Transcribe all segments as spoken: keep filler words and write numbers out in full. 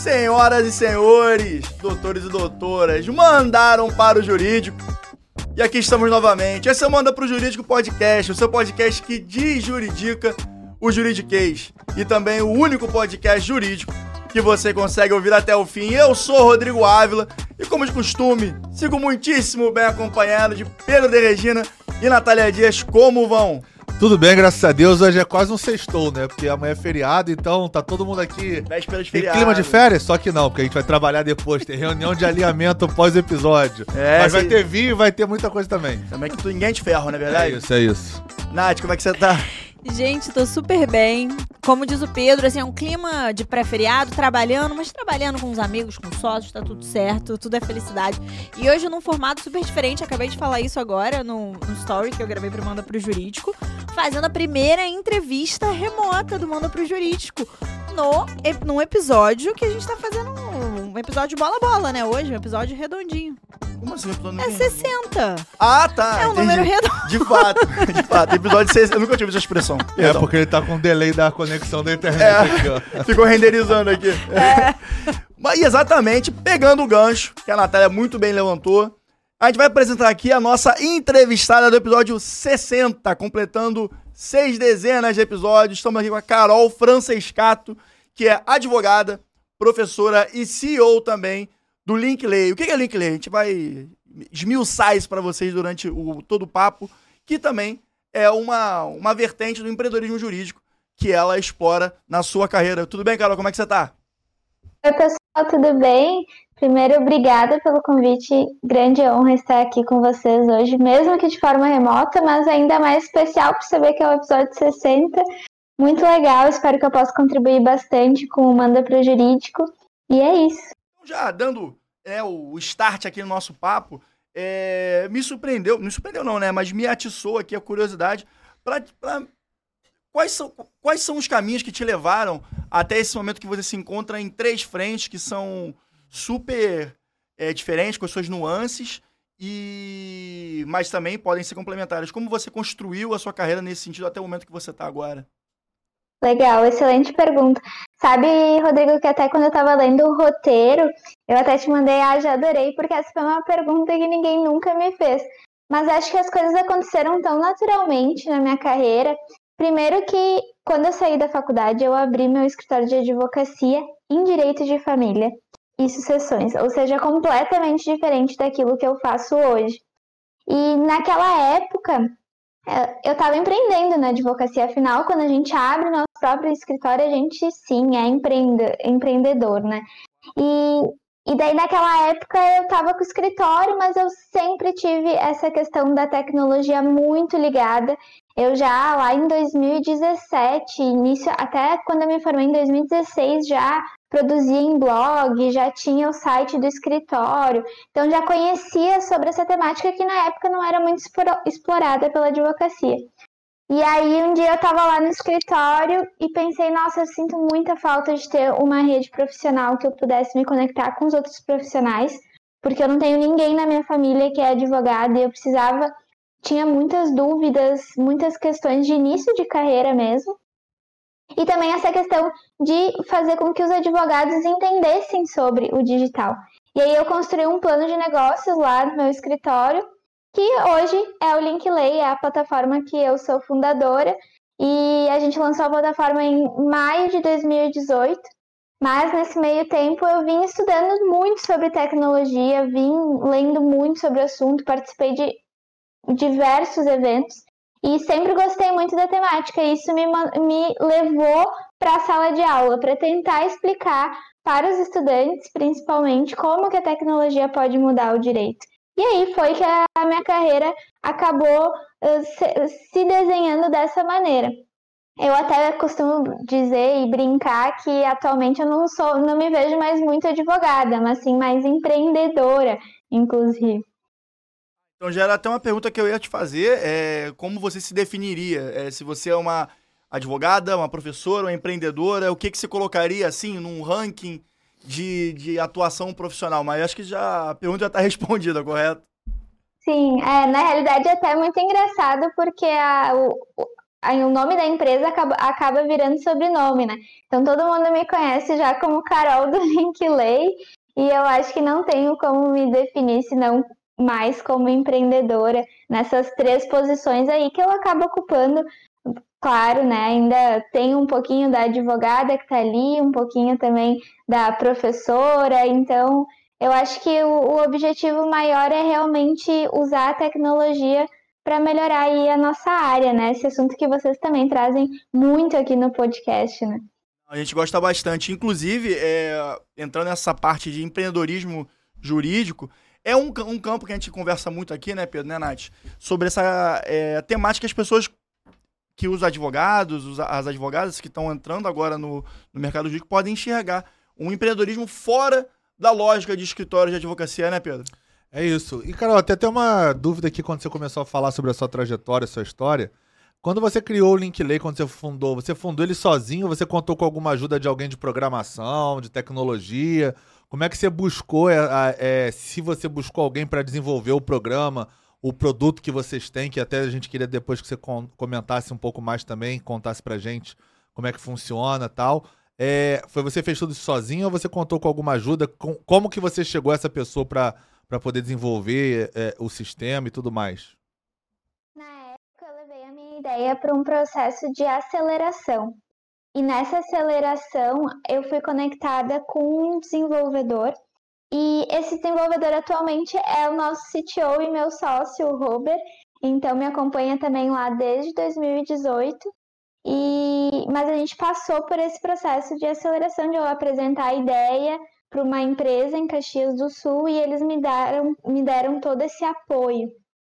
Senhoras e senhores, doutores e doutoras, mandaram para o jurídico. E aqui estamos novamente. Esse é o Manda pro Jurídico Podcast, o seu podcast que desjuridica o juridiquês. E também o único podcast jurídico que você consegue ouvir até o fim. Eu sou Rodrigo Ávila e, como de costume, sigo muitíssimo bem acompanhado de Pedro de Regina e Natália Dias. Como vão? Tudo bem, graças a Deus. Hoje é quase um sextou, né? Porque amanhã é feriado, então tá todo mundo aqui Véspera de em feriado. clima de férias, só que não, porque a gente vai trabalhar depois, tem reunião de alinhamento pós-episódio. É, Mas vai sim. ter vinho e vai ter muita coisa também. Também que tu, ninguém te ferra, não é verdade? É isso, é isso. Nath, como é que você tá? Gente, tô super bem. Como diz o Pedro, assim, é um clima de pré-feriado, trabalhando, mas trabalhando com os amigos, com os sócios, tá tudo certo, tudo é felicidade. E hoje num formato super diferente, acabei de falar isso agora no, no story que eu gravei pro Manda pro Jurídico, fazendo a primeira entrevista remota do Manda pro Jurídico no, num episódio que a gente tá fazendo um, um episódio bola-bola, né, hoje, um episódio redondinho. Como assim? Eu É sessenta. Ah, tá. É um entendi. número redondo. De fato, de fato. Episódio sessenta. Eu nunca tive essa expressão. É Perdão. porque ele tá com um delay da conexão da internet É. aqui, ó. Ficou renderizando aqui. É. Mas exatamente, pegando o gancho, que a Natália muito bem levantou, a gente vai apresentar aqui a nossa entrevistada do episódio sessenta, completando seis dezenas de episódios. Estamos aqui com a Carol Francescato, que é advogada, professora e C E O também do Linkley. O que é Linkley? A gente vai esmiuçar isso para vocês durante o, todo o papo, que também é uma, uma vertente do empreendedorismo jurídico que ela explora na sua carreira. Tudo bem, Carol? Como é que você tá? Oi, pessoal, tudo bem? Primeiro, obrigada pelo convite. Grande honra estar aqui com vocês hoje, mesmo que de forma remota, mas ainda mais especial por saber que é o episódio sessenta. Muito legal, espero que eu possa contribuir bastante com o Manda pro Jurídico. E é isso. Já dando é, o start aqui no nosso papo, é, me surpreendeu, me surpreendeu não, né? Mas me atiçou aqui a curiosidade para quais são, quais são os caminhos que te levaram até esse momento que você se encontra em três frentes que são super é, diferentes, com as suas nuances, e mas também podem ser complementares. Como você construiu a sua carreira nesse sentido até o momento que você está agora? Legal, excelente pergunta. Sabe, Rodrigo, que até quando eu estava lendo o roteiro, eu até te mandei, ah, já adorei, porque essa foi uma pergunta que ninguém nunca me fez. Mas acho que as coisas aconteceram tão naturalmente na minha carreira. Primeiro que, quando eu saí da faculdade, eu abri meu escritório de advocacia em direito de família e sucessões, ou seja, completamente diferente daquilo que eu faço hoje. E naquela época, eu estava empreendendo na advocacia, afinal, quando a gente abre nosso próprio escritório, a gente sim é empreende- empreendedor, né? E, e daí naquela época eu estava com o escritório, mas eu sempre tive essa questão da tecnologia muito ligada. Eu já lá em dois mil e dezessete, início, até quando eu me formei em dois mil e dezesseis, já produzia em blog, já tinha o site do escritório, então já conhecia sobre essa temática que na época não era muito explorada pela advocacia. E aí um dia eu estava lá no escritório e pensei, nossa, eu sinto muita falta de ter uma rede profissional que eu pudesse me conectar com os outros profissionais, porque eu não tenho ninguém na minha família que é advogado e eu precisava, tinha muitas dúvidas, muitas questões de início de carreira mesmo. E também essa questão de fazer com que os advogados entendessem sobre o digital. E aí eu construí um plano de negócios lá no meu escritório, que hoje é o Linkley, é a plataforma que eu sou fundadora. E a gente lançou a plataforma em maio de dois mil e dezoito. Mas nesse meio tempo eu vim estudando muito sobre tecnologia, vim lendo muito sobre o assunto, participei de diversos eventos. E sempre gostei muito da temática, e isso me, me levou para a sala de aula, para tentar explicar para os estudantes, principalmente, como que a tecnologia pode mudar o direito. E aí foi que a minha carreira acabou uh, se, se desenhando dessa maneira. Eu até costumo dizer e brincar que atualmente eu não, sou, não me vejo mais muito advogada, mas sim mais empreendedora, inclusive. Então já era até uma pergunta que eu ia te fazer, é, como você se definiria? É, se você é uma advogada, uma professora, uma empreendedora, o que, que você colocaria, assim, num ranking de, de atuação profissional? Mas acho que já, a pergunta já está respondida, correto? Sim, é, na realidade é até muito engraçado, porque a, o, aí o nome da empresa acaba, acaba virando sobrenome, né? Então todo mundo me conhece já como Carol do Linkley, e eu acho que não tenho como me definir senão mais como empreendedora nessas três posições aí que eu acabo ocupando. Claro, né? Ainda tem um pouquinho da advogada que tá ali, um pouquinho também da professora, então eu acho que o, o objetivo maior é realmente usar a tecnologia para melhorar aí a nossa área, né? Esse assunto que vocês também trazem muito aqui no podcast, né? A gente gosta bastante. Inclusive, é, entrando nessa parte de empreendedorismo jurídico, é um, um campo que a gente conversa muito aqui, né, Pedro, né, Nath? Sobre essa é, temática que as pessoas, que os advogados, os, as advogadas que estão entrando agora no, no mercado jurídico podem enxergar um empreendedorismo fora da lógica de escritório de advocacia, né, Pedro? É isso. E, Carol, até tem uma dúvida aqui quando você começou a falar sobre a sua trajetória, a sua história. Quando você criou o Linkley, quando você fundou, você fundou ele sozinho ou você contou com alguma ajuda de alguém de programação, de tecnologia? Como é que você buscou, é, é, se você buscou alguém para desenvolver o programa, o produto que vocês têm, que até a gente queria depois que você comentasse um pouco mais também, contasse pra gente como é que funciona e tal. É, foi você fez tudo isso sozinho ou você contou com alguma ajuda? Com, como que você chegou a essa pessoa para para poder desenvolver é, o sistema e tudo mais? Na época, eu levei a minha ideia para um processo de aceleração. E nessa aceleração, eu fui conectada com um desenvolvedor. E esse desenvolvedor atualmente é o nosso C T O e meu sócio, o Robert. Então, me acompanha também lá desde dois mil e dezoito. E... Mas a gente passou por esse processo de aceleração, de eu apresentar a ideia para uma empresa em Caxias do Sul, e eles me deram, me deram todo esse apoio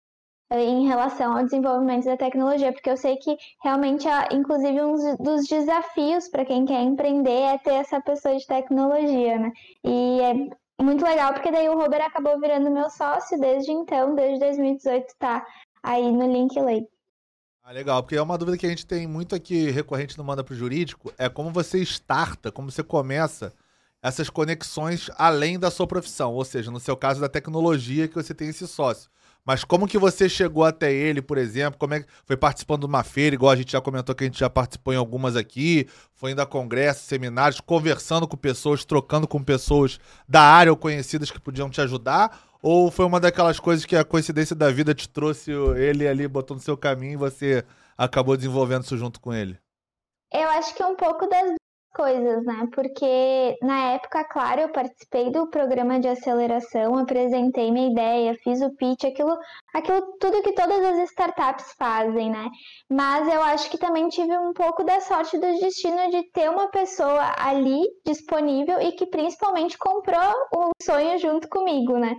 em relação ao desenvolvimento da tecnologia, porque eu sei que realmente, inclusive, um dos desafios para quem quer empreender é ter essa pessoa de tecnologia, né? E é muito legal, porque daí o Robert acabou virando meu sócio desde então, desde dois mil e dezoito, tá aí no Linkley. Ah, legal, porque é uma dúvida que a gente tem muito aqui, recorrente no Manda pro Jurídico, é como você starta, como você começa essas conexões além da sua profissão, ou seja, no seu caso da tecnologia que você tem esse sócio. Mas como que você chegou até ele, por exemplo? Como é que foi participando de uma feira, igual a gente já comentou que a gente já participou em algumas aqui, foi indo a congressos, seminários, conversando com pessoas, trocando com pessoas da área ou conhecidas que podiam te ajudar? Ou foi uma daquelas coisas que a coincidência da vida te trouxe ele ali, botou no seu caminho e você acabou desenvolvendo isso junto com ele? Eu acho que é um pouco das duas coisas, né? Porque na época, claro, eu participei do programa de aceleração, apresentei minha ideia, fiz o pitch, aquilo, aquilo tudo que todas as startups fazem, né? Mas eu acho que também tive um pouco da sorte do destino de ter uma pessoa ali disponível e que principalmente comprou o sonho junto comigo, né?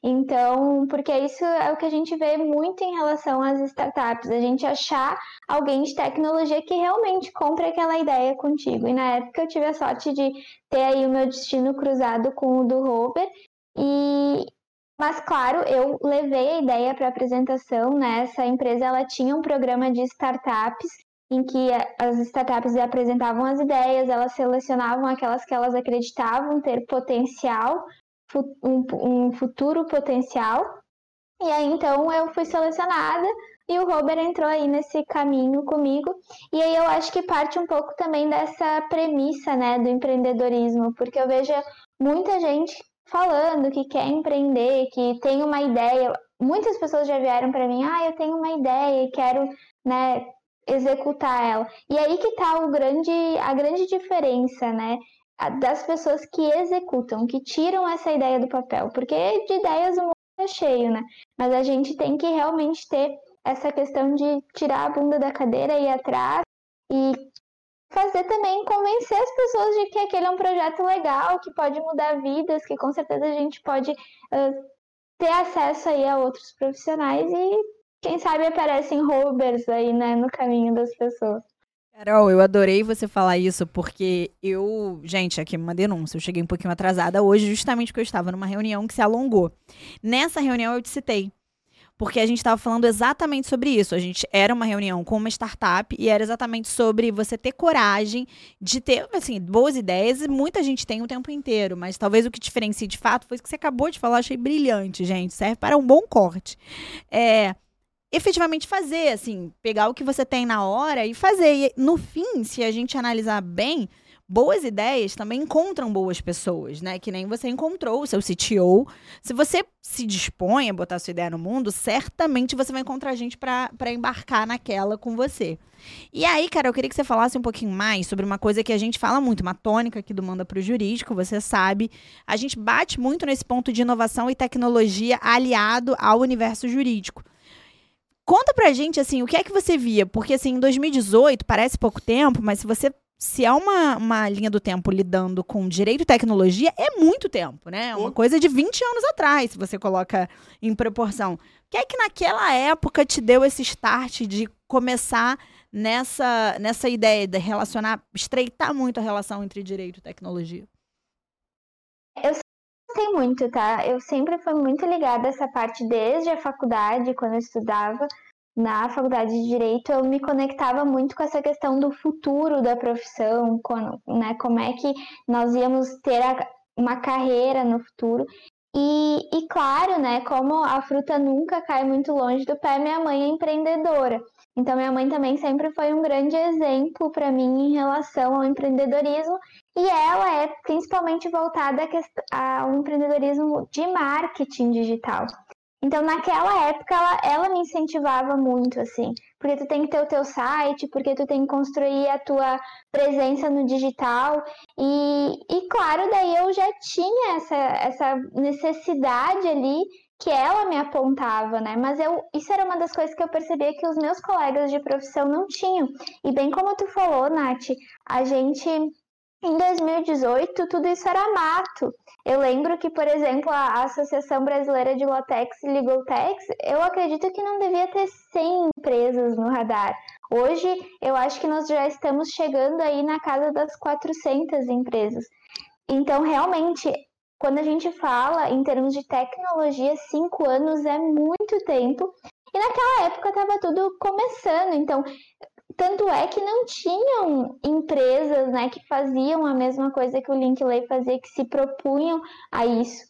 Então, porque isso é o que a gente vê muito em relação às startups, a gente achar alguém de tecnologia que realmente compre aquela ideia contigo. E na época eu tive a sorte de ter aí o meu destino cruzado com o do Robert. E... Mas, claro, eu levei a ideia para a apresentação, né? Essa empresa ela tinha um programa de startups em que as startups apresentavam as ideias, elas selecionavam aquelas que elas acreditavam ter potencial, um, um futuro potencial. E aí, então, eu fui selecionada e o Robert entrou aí nesse caminho comigo. E aí eu acho que parte um pouco também dessa premissa, né, do empreendedorismo, porque eu vejo muita gente falando que quer empreender, que tem uma ideia. Muitas pessoas já vieram para mim, ah, eu tenho uma ideia e quero, né, executar ela. E aí que tá o grande, a grande diferença, né, das pessoas que executam, que tiram essa ideia do papel, porque de ideias o mundo é cheio, né? Mas a gente tem que realmente ter essa questão de tirar a bunda da cadeira e ir atrás e fazer também, convencer as pessoas de que aquele é um projeto legal, que pode mudar vidas, que com certeza a gente pode uh, ter acesso aí a outros profissionais e quem sabe aparecem Roberts aí, né, no caminho das pessoas. Carol, eu adorei você falar isso, porque eu... Gente, aqui uma denúncia, eu cheguei um pouquinho atrasada hoje, justamente porque eu estava numa reunião que se alongou. Nessa reunião eu te citei, porque a gente estava falando exatamente sobre isso. A gente era uma reunião com uma startup e era exatamente sobre você ter coragem de ter, assim, boas ideias, e muita gente tem o tempo inteiro, mas talvez o que diferencie de fato foi isso que você acabou de falar, achei brilhante, gente, serve para um bom corte. É... efetivamente fazer, assim, pegar o que você tem na hora e fazer. E, no fim, se a gente analisar bem, boas ideias também encontram boas pessoas, né? Que nem você encontrou o seu C T O. Se você se dispõe a botar sua ideia no mundo, certamente você vai encontrar gente para embarcar naquela com você. E aí, cara, eu queria que você falasse um pouquinho mais sobre uma coisa que a gente fala muito, uma tônica aqui do Manda pro Jurídico, você sabe. A gente bate muito nesse ponto de inovação e tecnologia aliado ao universo jurídico. Conta pra gente, assim, o que é que você via? Porque, assim, em dois mil e dezoito, parece pouco tempo, mas se você... Se é uma, uma linha do tempo lidando com direito e tecnologia, é muito tempo, né? É uma coisa de vinte anos atrás, se você coloca em proporção. O que é que naquela época te deu esse start de começar nessa, nessa ideia de relacionar, estreitar muito a relação entre direito e tecnologia? Eu gostei muito, tá? Eu sempre fui muito ligada a essa parte desde a faculdade, quando eu estudava. Na faculdade de Direito, eu me conectava muito com essa questão do futuro da profissão, com, né, como é que nós íamos ter a, uma carreira no futuro. E, e claro, né, como a fruta nunca cai muito longe do pé, minha mãe é empreendedora. Então, minha mãe também sempre foi um grande exemplo para mim em relação ao empreendedorismo. E ela é principalmente voltada ao empreendedorismo de marketing digital. Então, naquela época, ela, ela me incentivava muito, assim, porque tu tem que ter o teu site, porque tu tem que construir a tua presença no digital, e, e claro, daí eu já tinha essa, essa necessidade ali que ela me apontava, né, mas eu, isso era uma das coisas que eu percebia que os meus colegas de profissão não tinham, e bem como tu falou, Nath, a gente... Em dois mil e dezoito, tudo isso era mato. Eu lembro que, por exemplo, a Associação Brasileira de Latex e Legal Tex, eu acredito que não devia ter cem empresas no radar. Hoje, eu acho que nós já estamos chegando aí na casa das quatrocentas empresas. Então, realmente, quando a gente fala em termos de tecnologia, cinco anos é muito tempo. E naquela época estava tudo começando, então... Tanto é que não tinham empresas, né, que faziam a mesma coisa que o Linkley fazia, que se propunham a isso.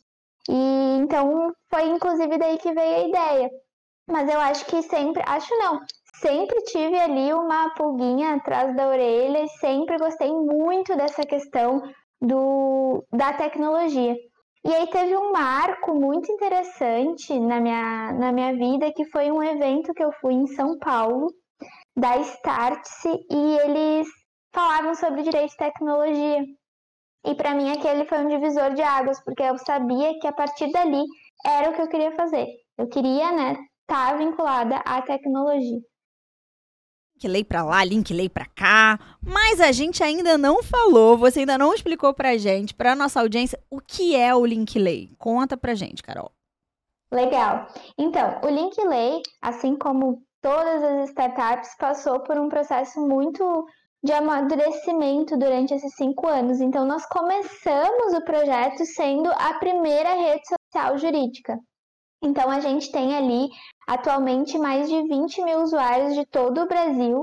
E então foi inclusive daí que veio a ideia. Mas eu acho que sempre, acho não, sempre tive ali uma pulguinha atrás da orelha e sempre gostei muito dessa questão do, da tecnologia. E aí teve um marco muito interessante na minha, na minha vida, que foi um evento que eu fui em São Paulo, da Startse, e eles falavam sobre direito e tecnologia. E para mim aquele foi um divisor de águas, porque eu sabia que a partir dali era o que eu queria fazer. Eu queria, né, estar vinculada à tecnologia. Linkley pra lá, Linkley pra cá, mas a gente ainda não falou, você ainda não explicou pra gente, pra nossa audiência, o que é o Linkley. Conta pra gente, Carol. Legal. Então, o Linkley, assim como todas as startups, passou por um processo muito de amadurecimento durante esses cinco anos. Então, nós começamos o projeto sendo a primeira rede social jurídica. Então, a gente tem ali, atualmente, mais de vinte mil usuários de todo o Brasil.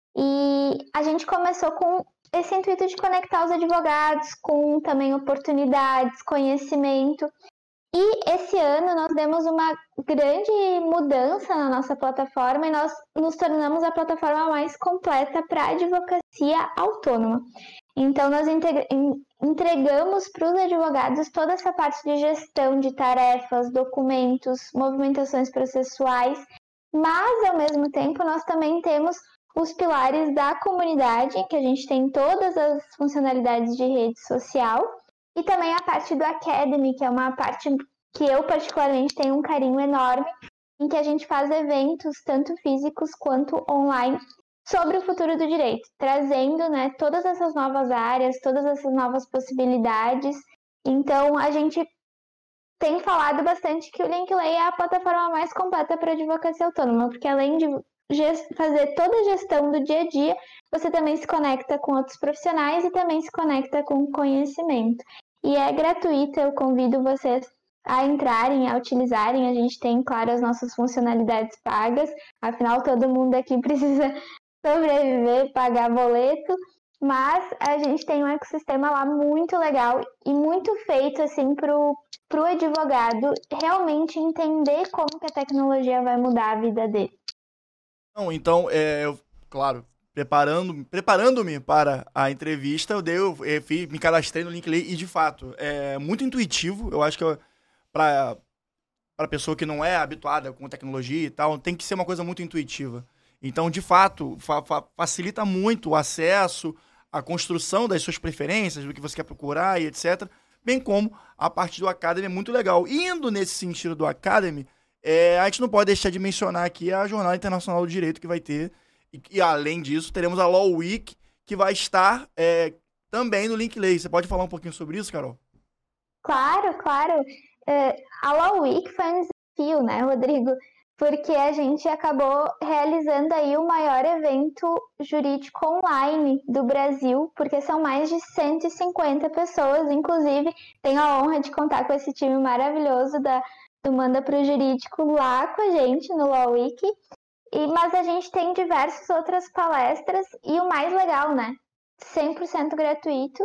E a gente começou com esse intuito de conectar os advogados com também oportunidades, conhecimento. E esse ano nós demos uma grande mudança na nossa plataforma e nós nos tornamos a plataforma mais completa para advocacia autônoma. Então, nós entregamos para os advogados toda essa parte de gestão de tarefas, documentos, movimentações processuais, mas, ao mesmo tempo, nós também temos os pilares da comunidade, que a gente tem todas as funcionalidades de rede social, e também a parte do Academy, que é uma parte que eu particularmente tenho um carinho enorme, em que a gente faz eventos, tanto físicos quanto online, sobre o futuro do direito, trazendo, né, todas essas novas áreas, todas essas novas possibilidades. Então, a gente tem falado bastante que o Linkley é a plataforma mais completa para advocacia autônoma, porque além de fazer toda a gestão do dia a dia, você também se conecta com outros profissionais e também se conecta com conhecimento. E é gratuito, eu convido vocês a entrarem, a utilizarem. A gente tem, claro, as nossas funcionalidades pagas, afinal todo mundo aqui precisa sobreviver, pagar boleto, mas a gente tem um ecossistema lá muito legal e muito feito assim pro, pro advogado realmente entender como que a tecnologia vai mudar a vida dele. Não, então, é, eu, claro, preparando, preparando-me para a entrevista, eu, dei, eu, eu fiz, me cadastrei no Linkly e, de fato, é muito intuitivo. Eu acho que para a pessoa que não é habituada com tecnologia e tal, tem que ser uma coisa muito intuitiva. Então, de fato, fa- fa- facilita muito o acesso, a construção das suas preferências, do que você quer procurar e etcétera. Bem como a parte do Academy é muito legal. Indo nesse sentido do Academy, é, a gente não pode deixar de mencionar aqui a Jornada Internacional do Direito que vai ter. E, e além disso, teremos a Law Week, que vai estar é, também no Linkly. Você pode falar um pouquinho sobre isso, Carol? Claro, claro. É, a Law Week foi um desafio, né, Rodrigo? Porque a gente acabou realizando aí o maior evento jurídico online do Brasil, porque são mais de cento e cinquenta pessoas, inclusive tenho a honra de contar com esse time maravilhoso da, do Manda Pro Jurídico lá com a gente no Law Week, e, mas a gente tem diversas outras palestras e o mais legal, né, cem por cento gratuito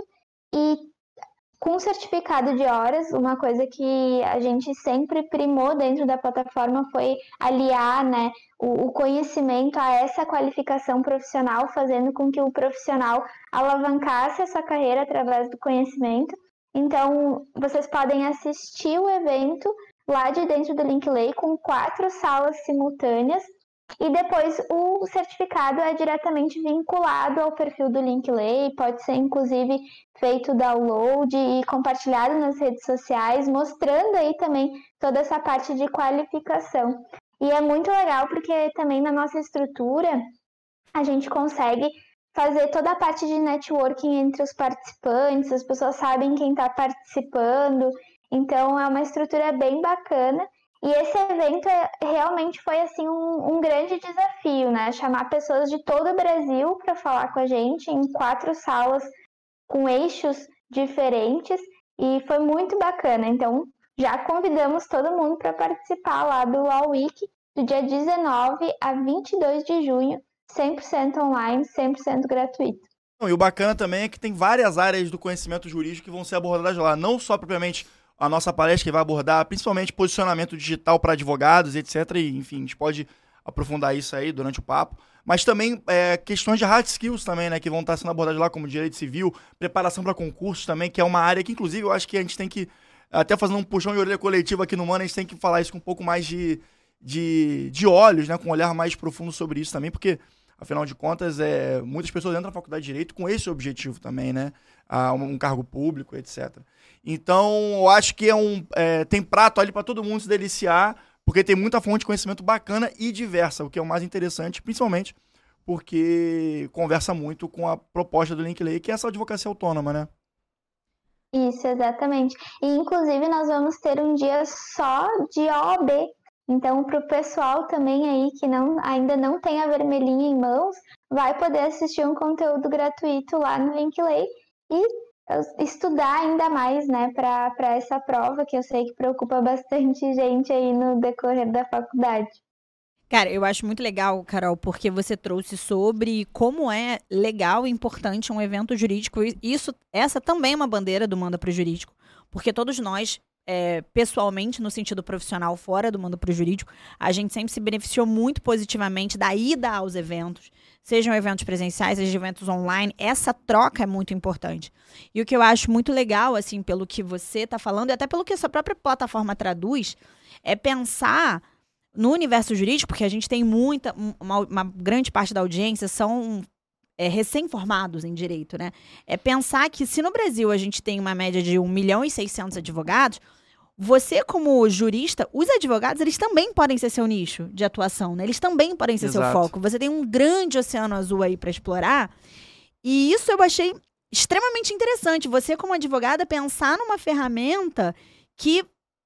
e com certificado de horas. Uma coisa que a gente sempre primou dentro da plataforma foi aliar, né, o, o conhecimento a essa qualificação profissional, fazendo com que o profissional alavancasse a sua carreira através do conhecimento. Então, vocês podem assistir o evento lá de dentro do Linkly com quatro salas simultâneas. E depois o certificado é diretamente vinculado ao perfil do Linkly, pode ser inclusive feito download e compartilhado nas redes sociais, mostrando aí também toda essa parte de qualificação. E é muito legal porque também na nossa estrutura a gente consegue fazer toda a parte de networking entre os participantes, as pessoas sabem quem está participando, então é uma estrutura bem bacana. E esse evento realmente foi assim um, um grande desafio, né? Chamar pessoas de todo o Brasil para falar com a gente em quatro salas com eixos diferentes e foi muito bacana. Então, já convidamos todo mundo para participar lá do Law Week do dia dezenove a vinte e dois de junho, cem por cento online, cem por cento gratuito. E o bacana também é que tem várias áreas do conhecimento jurídico que vão ser abordadas lá, não só propriamente a nossa palestra que vai abordar principalmente posicionamento digital para advogados, etcétera. E, enfim, a gente pode aprofundar isso aí durante o papo. Mas também é, questões de hard skills também, né? Que vão estar sendo abordadas lá, como direito civil, preparação para concursos também, que é uma área que, inclusive, eu acho que a gente tem que, até fazendo um puxão de orelha coletivo aqui no Mano, a gente tem que falar isso com um pouco mais de, de, de olhos, né? Com um olhar mais profundo sobre isso também, porque, afinal de contas, é, muitas pessoas entram na faculdade de Direito com esse objetivo também, né? Ah, um, um cargo público, etcétera. Então, eu acho que é um, é, tem prato ali para todo mundo se deliciar, porque tem muita fonte de conhecimento bacana e diversa, o que é o mais interessante, principalmente porque conversa muito com a proposta do Linkly, que é essa advocacia autônoma, né? Isso, exatamente. E, inclusive, nós vamos ter um dia só de O A B. Então, para o pessoal também aí que não, ainda não tem a vermelhinha em mãos, vai poder assistir um conteúdo gratuito lá no Linkly e estudar ainda mais, né, para essa prova, que eu sei que preocupa bastante gente aí no decorrer da faculdade. Cara, eu acho muito legal, Carol, porque você trouxe sobre como é legal e importante um evento jurídico. Isso, essa também é uma bandeira do Manda Pro Jurídico, porque todos nós, é, pessoalmente, no sentido profissional, fora do Manda Pro Jurídico, a gente sempre se beneficiou muito positivamente da ida aos eventos, sejam eventos presenciais, sejam eventos online. Essa troca é muito importante. E o que eu acho muito legal, assim, pelo que você está falando, e até pelo que a sua própria plataforma traduz, é pensar no universo jurídico, porque a gente tem muita, uma, uma grande parte da audiência são é, recém-formados em direito, né? É pensar que se no Brasil a gente tem uma média de um milhão e seiscentos advogados, você, como jurista, os advogados, eles também podem ser seu nicho de atuação, né? Eles também podem ser Exato. seu foco. Você tem um grande oceano azul aí para explorar. E isso eu achei extremamente interessante. Você, como advogada, pensar numa ferramenta que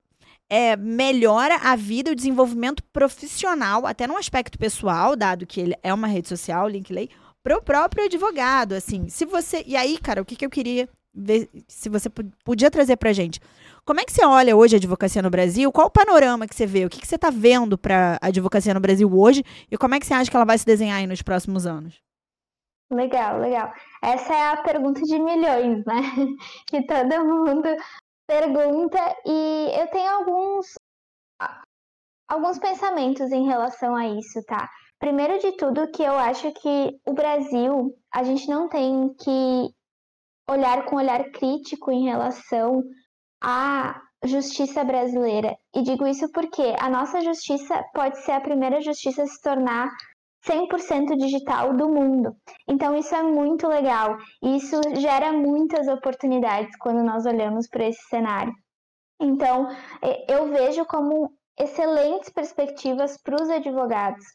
é, melhora a vida e o desenvolvimento profissional, até no aspecto pessoal, dado que ele é uma rede social, o Linkly, para o próprio advogado, assim. Se você... E aí, cara, o que, que eu queria ver, se você podia trazer pra gente. Como é que você olha hoje a advocacia no Brasil? Qual o panorama que você vê? O que, que você está vendo para a advocacia no Brasil hoje? E como é que você acha que ela vai se desenhar aí nos próximos anos? Legal, legal. Essa é a pergunta de milhões, né? Que todo mundo pergunta. E eu tenho alguns, alguns pensamentos em relação a isso, tá? primeiro de tudo, que eu acho que o Brasil, a gente não tem que olhar com olhar crítico em relação à justiça brasileira. E digo isso porque a nossa justiça pode ser a primeira justiça a se tornar cem por cento digital do mundo. Então isso é muito legal. E isso gera muitas oportunidades quando nós olhamos para esse cenário. Então, eu vejo como excelentes perspectivas para os advogados.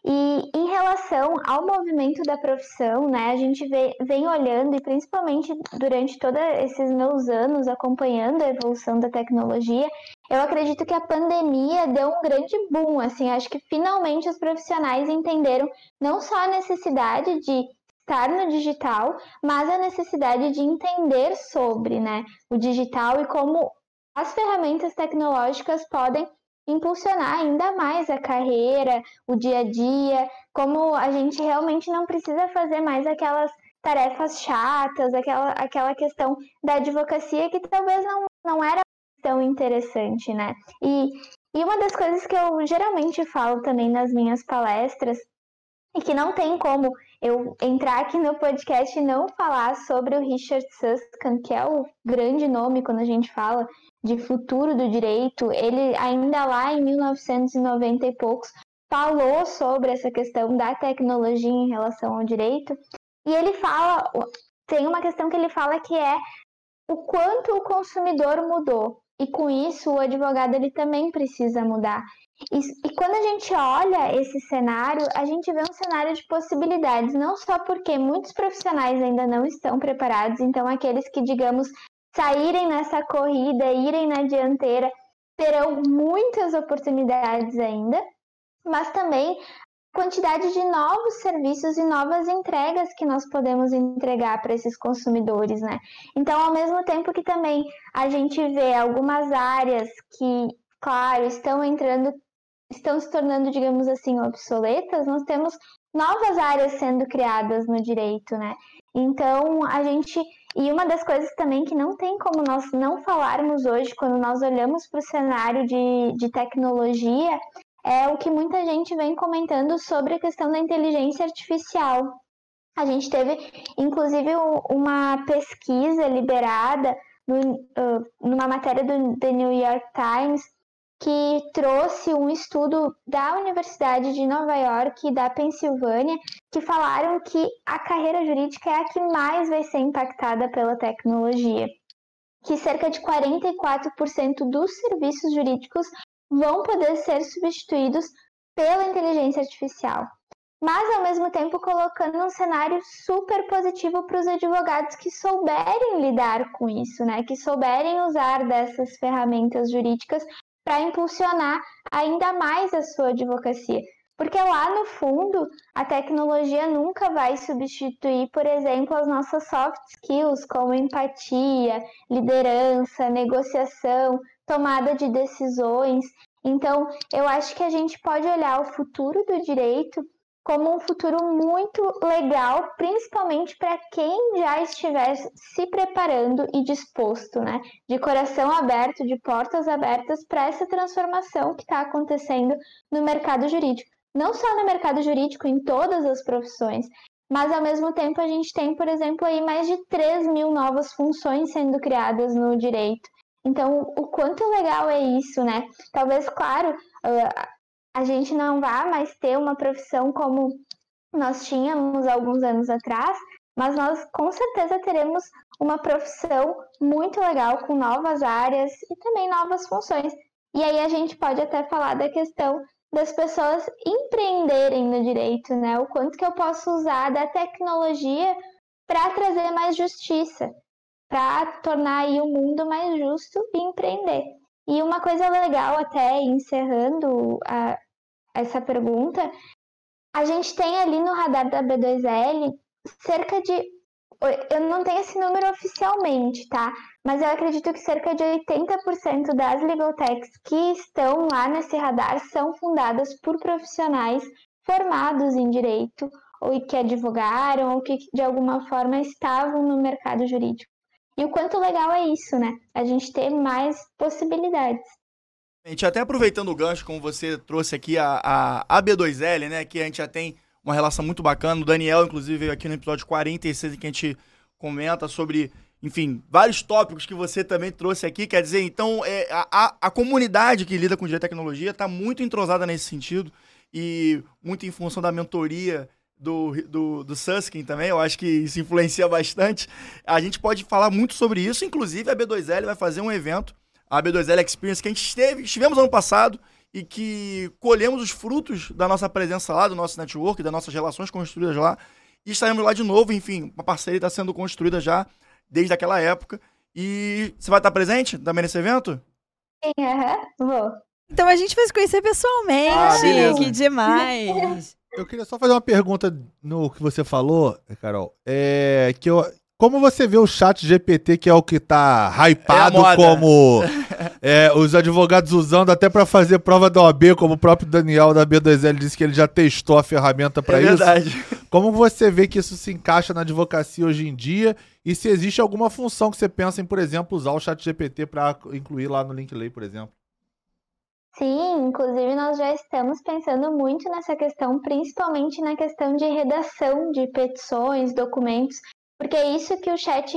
E em relação ao movimento da profissão, né, a gente vê, vem olhando, e principalmente durante todos esses meus anos acompanhando a evolução da tecnologia, eu acredito que a pandemia deu um grande boom, assim, acho que finalmente os profissionais entenderam não só a necessidade de estar no digital, mas a necessidade de entender sobre, né, o digital e como as ferramentas tecnológicas podem impulsionar ainda mais a carreira, o dia a dia, como a gente realmente não precisa fazer mais aquelas tarefas chatas, aquela, aquela questão da advocacia que talvez não, não era tão interessante, né? E, e uma das coisas que eu geralmente falo também nas minhas palestras, e que não tem como eu entrar aqui no podcast e não falar sobre o Richard Susskind, que é o grande nome quando a gente fala de futuro do direito. Ele ainda lá em mil novecentos e noventa e poucos falou sobre essa questão da tecnologia em relação ao direito, e ele fala, tem uma questão que ele fala que é o quanto o consumidor mudou, e com isso o advogado ele também precisa mudar. E, e quando a gente olha esse cenário, a gente vê um cenário de possibilidades, não só porque muitos profissionais ainda não estão preparados, então aqueles que, digamos, saírem nessa corrida, irem na dianteira, terão muitas oportunidades ainda, mas também a quantidade de novos serviços e novas entregas que nós podemos entregar para esses consumidores, né? Então, ao mesmo tempo que também a gente vê algumas áreas que, claro, estão entrando, estão se tornando, digamos assim, obsoletas, nós temos novas áreas sendo criadas no direito, né? Então, a gente... E uma das coisas também que não tem como nós não falarmos hoje, quando nós olhamos para o cenário de, de tecnologia, é o que muita gente vem comentando sobre a questão da inteligência artificial. A gente teve, inclusive, uma pesquisa liberada no, uh, numa matéria do The New York Times, que trouxe um estudo da Universidade de Nova York e da Pensilvânia, que falaram que a carreira jurídica é a que mais vai ser impactada pela tecnologia, que cerca de quarenta e quatro por cento dos serviços jurídicos vão poder ser substituídos pela inteligência artificial. Mas, ao mesmo tempo, colocando um cenário super positivo para os advogados que souberem lidar com isso, né? Que souberem usar dessas ferramentas jurídicas para impulsionar ainda mais a sua advocacia. Porque lá no fundo, a tecnologia nunca vai substituir, por exemplo, as nossas soft skills, como empatia, liderança, negociação, tomada de decisões. Então, eu acho que a gente pode olhar o futuro do direito como um futuro muito legal, principalmente para quem já estiver se preparando e disposto, né? De coração aberto, de portas abertas para essa transformação que está acontecendo no mercado jurídico. Não só no mercado jurídico, em todas as profissões, mas ao mesmo tempo a gente tem, por exemplo, aí mais de três mil novas funções sendo criadas no direito. Então, o quanto legal é isso, né? Talvez, claro, a gente não vá mais ter uma profissão como nós tínhamos alguns anos atrás, mas nós com certeza teremos uma profissão muito legal, com novas áreas e também novas funções. E aí a gente pode até falar da questão das pessoas empreenderem no direito, né? O quanto que eu posso usar da tecnologia para trazer mais justiça, para tornar aí o mundo mais justo e empreender. E uma coisa legal, até encerrando a, essa pergunta, a gente tem ali no radar da B dois L cerca de, eu não tenho esse número oficialmente, tá? Mas eu acredito que cerca de oitenta por cento das legal techs que estão lá nesse radar são fundadas por profissionais formados em direito, ou que advogaram, ou que de alguma forma estavam no mercado jurídico. E o quanto legal é isso, né? A gente ter mais possibilidades. A gente até aproveitando o gancho, como você trouxe aqui a, a, a B dois L, né, que a gente já tem uma relação muito bacana. O Daniel, inclusive, veio aqui no episódio quarenta e seis, em que a gente comenta sobre, enfim, vários tópicos que você também trouxe aqui. Quer dizer, então, é, a, a comunidade que lida com direito à tecnologia está muito entrosada nesse sentido e muito em função da mentoria do, do, do Susskind também. Eu acho que isso influencia bastante. A gente pode falar muito sobre isso. Inclusive, a B dois L vai fazer um evento, a B dois L Experience, que a gente esteve, estivemos ano passado e que colhemos os frutos da nossa presença lá, do nosso network, das nossas relações construídas lá, e estaremos lá de novo. Enfim, uma parceria está sendo construída já desde aquela época. E você vai estar presente também nesse evento? Sim, aham, vou. Então a gente vai se conhecer pessoalmente, Ah, que demais. Eu queria só fazer uma pergunta no que você falou, Carol. É que eu, como você vê o chat G P T, que é o que tá hypado, É a moda. como é, os advogados usando até para fazer prova da O A B, como o próprio Daniel da B dois L disse que ele já testou a ferramenta para É isso. verdade. Como você vê que isso se encaixa na advocacia hoje em dia e se existe alguma função que você pensa em, por exemplo, usar o chat G P T para incluir lá no Linkley, por exemplo? Sim, inclusive nós já estamos pensando muito nessa questão, principalmente na questão de redação de petições, documentos, porque é isso que o chat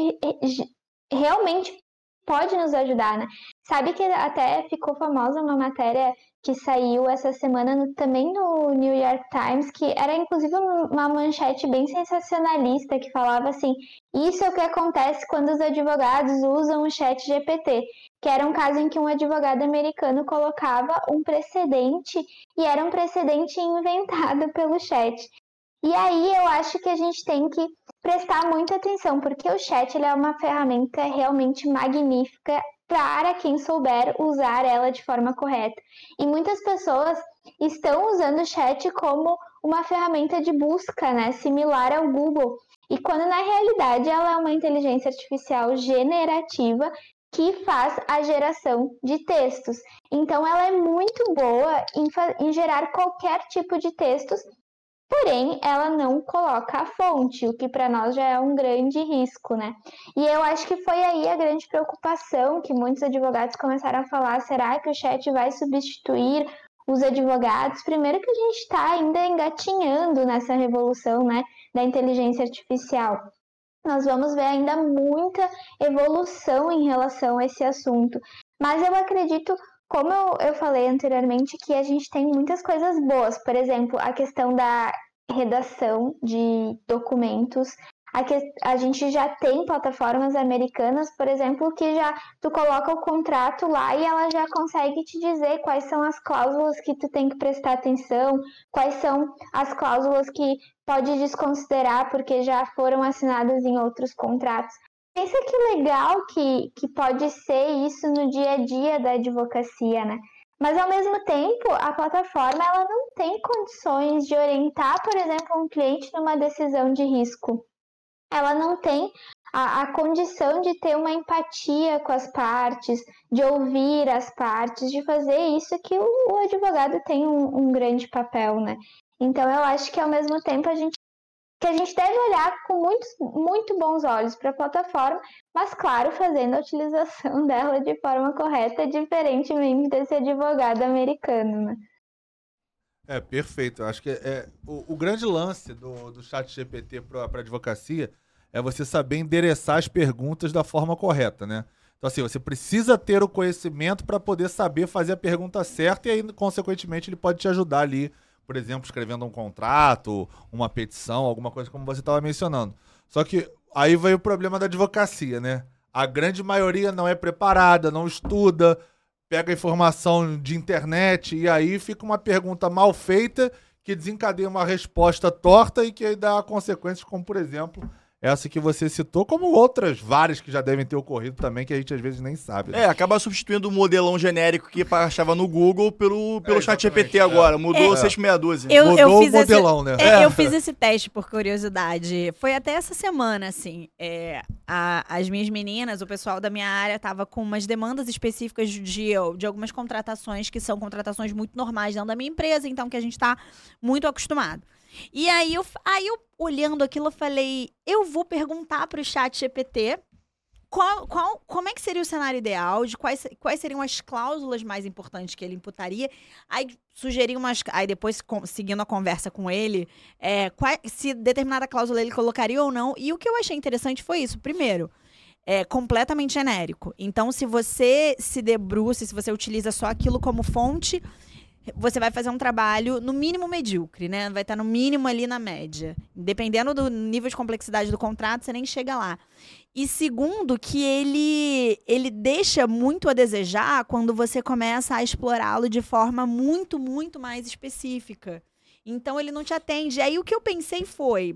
realmente pode nos ajudar, né? Sabe que até ficou famosa uma matéria que saiu essa semana no, também no New York Times, que era inclusive uma manchete bem sensacionalista, que falava assim: isso é o que acontece quando os advogados usam o chat G P T, que era um caso em que um advogado americano colocava um precedente, e era um precedente inventado pelo chat. E aí eu acho que a gente tem que prestar muita atenção, porque o chat ele é uma ferramenta realmente magnífica para quem souber usar ela de forma correta. E muitas pessoas estão usando o chat como uma ferramenta de busca, né, similar ao Google. E quando na realidade ela é uma inteligência artificial generativa que faz a geração de textos. Então ela é muito boa em, em gerar qualquer tipo de textos, porém ela não coloca a fonte, o que para nós já é um grande risco, né? E eu acho que foi aí a grande preocupação que muitos advogados começaram a falar: será que o chat vai substituir os advogados? Primeiro que a gente está ainda engatinhando nessa revolução, né, da inteligência artificial. Nós vamos ver ainda muita evolução em relação a esse assunto. Mas eu acredito, como eu, eu falei anteriormente, que a gente tem muitas coisas boas. Por exemplo, a questão da redação de documentos. A, que, a gente já tem plataformas americanas, por exemplo, que já tu coloca o contrato lá e ela já consegue te dizer quais são as cláusulas que tu tem que prestar atenção, quais são as cláusulas que pode desconsiderar porque já foram assinadas em outros contratos. Pensa que legal que, que pode ser isso no dia a dia da advocacia, né? Mas, ao mesmo tempo, a plataforma ela não tem condições de orientar, por exemplo, um cliente numa decisão de risco. Ela não tem a, a condição de ter uma empatia com as partes, de ouvir as partes, de fazer isso que o, o advogado tem um, um grande papel, né? Então, eu acho que, ao mesmo tempo, a gente que a gente deve olhar com muitos, muito bons olhos para a plataforma, mas, claro, fazendo a utilização dela de forma correta, diferentemente desse advogado americano, né? É, perfeito. Eu acho que é, é o, o grande lance do, do chat G P T para a advocacia é você saber endereçar as perguntas da forma correta, né? Então, assim, você precisa ter o conhecimento para poder saber fazer a pergunta certa e aí, consequentemente, ele pode te ajudar ali, por exemplo, escrevendo um contrato, uma petição, alguma coisa como você estava mencionando. Só que aí vai o problema da advocacia, né? A grande maioria não é preparada, não estuda, pega informação de internet e aí fica uma pergunta mal feita que desencadeia uma resposta torta e que aí dá consequências como, por exemplo, essa que você citou, como outras várias que já devem ter ocorrido também, que a gente às vezes nem sabe. Né? É, acaba substituindo o modelão genérico que achava no Google pelo, pelo É, chat G P T exatamente, agora. é. Mudou É. seis meia dúzia. Eu, Mudou eu o fiz modelão, esse, né? é, É. eu fiz esse teste por curiosidade. Foi até essa semana, assim. É, a- as minhas meninas, o pessoal da minha área, tava com umas demandas específicas de, de algumas contratações que são contratações muito normais dentro da minha empresa, então que a gente tá muito acostumado. E aí eu, aí eu olhando aquilo, eu falei, eu vou perguntar pro chat G P T qual, qual, como é que seria o cenário ideal, de quais, quais seriam as cláusulas mais importantes que ele imputaria. Aí sugeri umas... Aí depois, com, seguindo a conversa com ele, é, qual, se determinada cláusula ele colocaria ou não. E o que eu achei interessante foi isso. Primeiro, é completamente genérico. Então, se você se debruça, se você utiliza só aquilo como fonte, você vai fazer um trabalho, no mínimo, medíocre, né? Vai estar no mínimo ali na média. Dependendo do nível de complexidade do contrato, você nem chega lá. E segundo, que ele, ele deixa muito a desejar quando você começa a explorá-lo de forma muito, muito mais específica. Então, ele não te atende. Aí, o que eu pensei foi...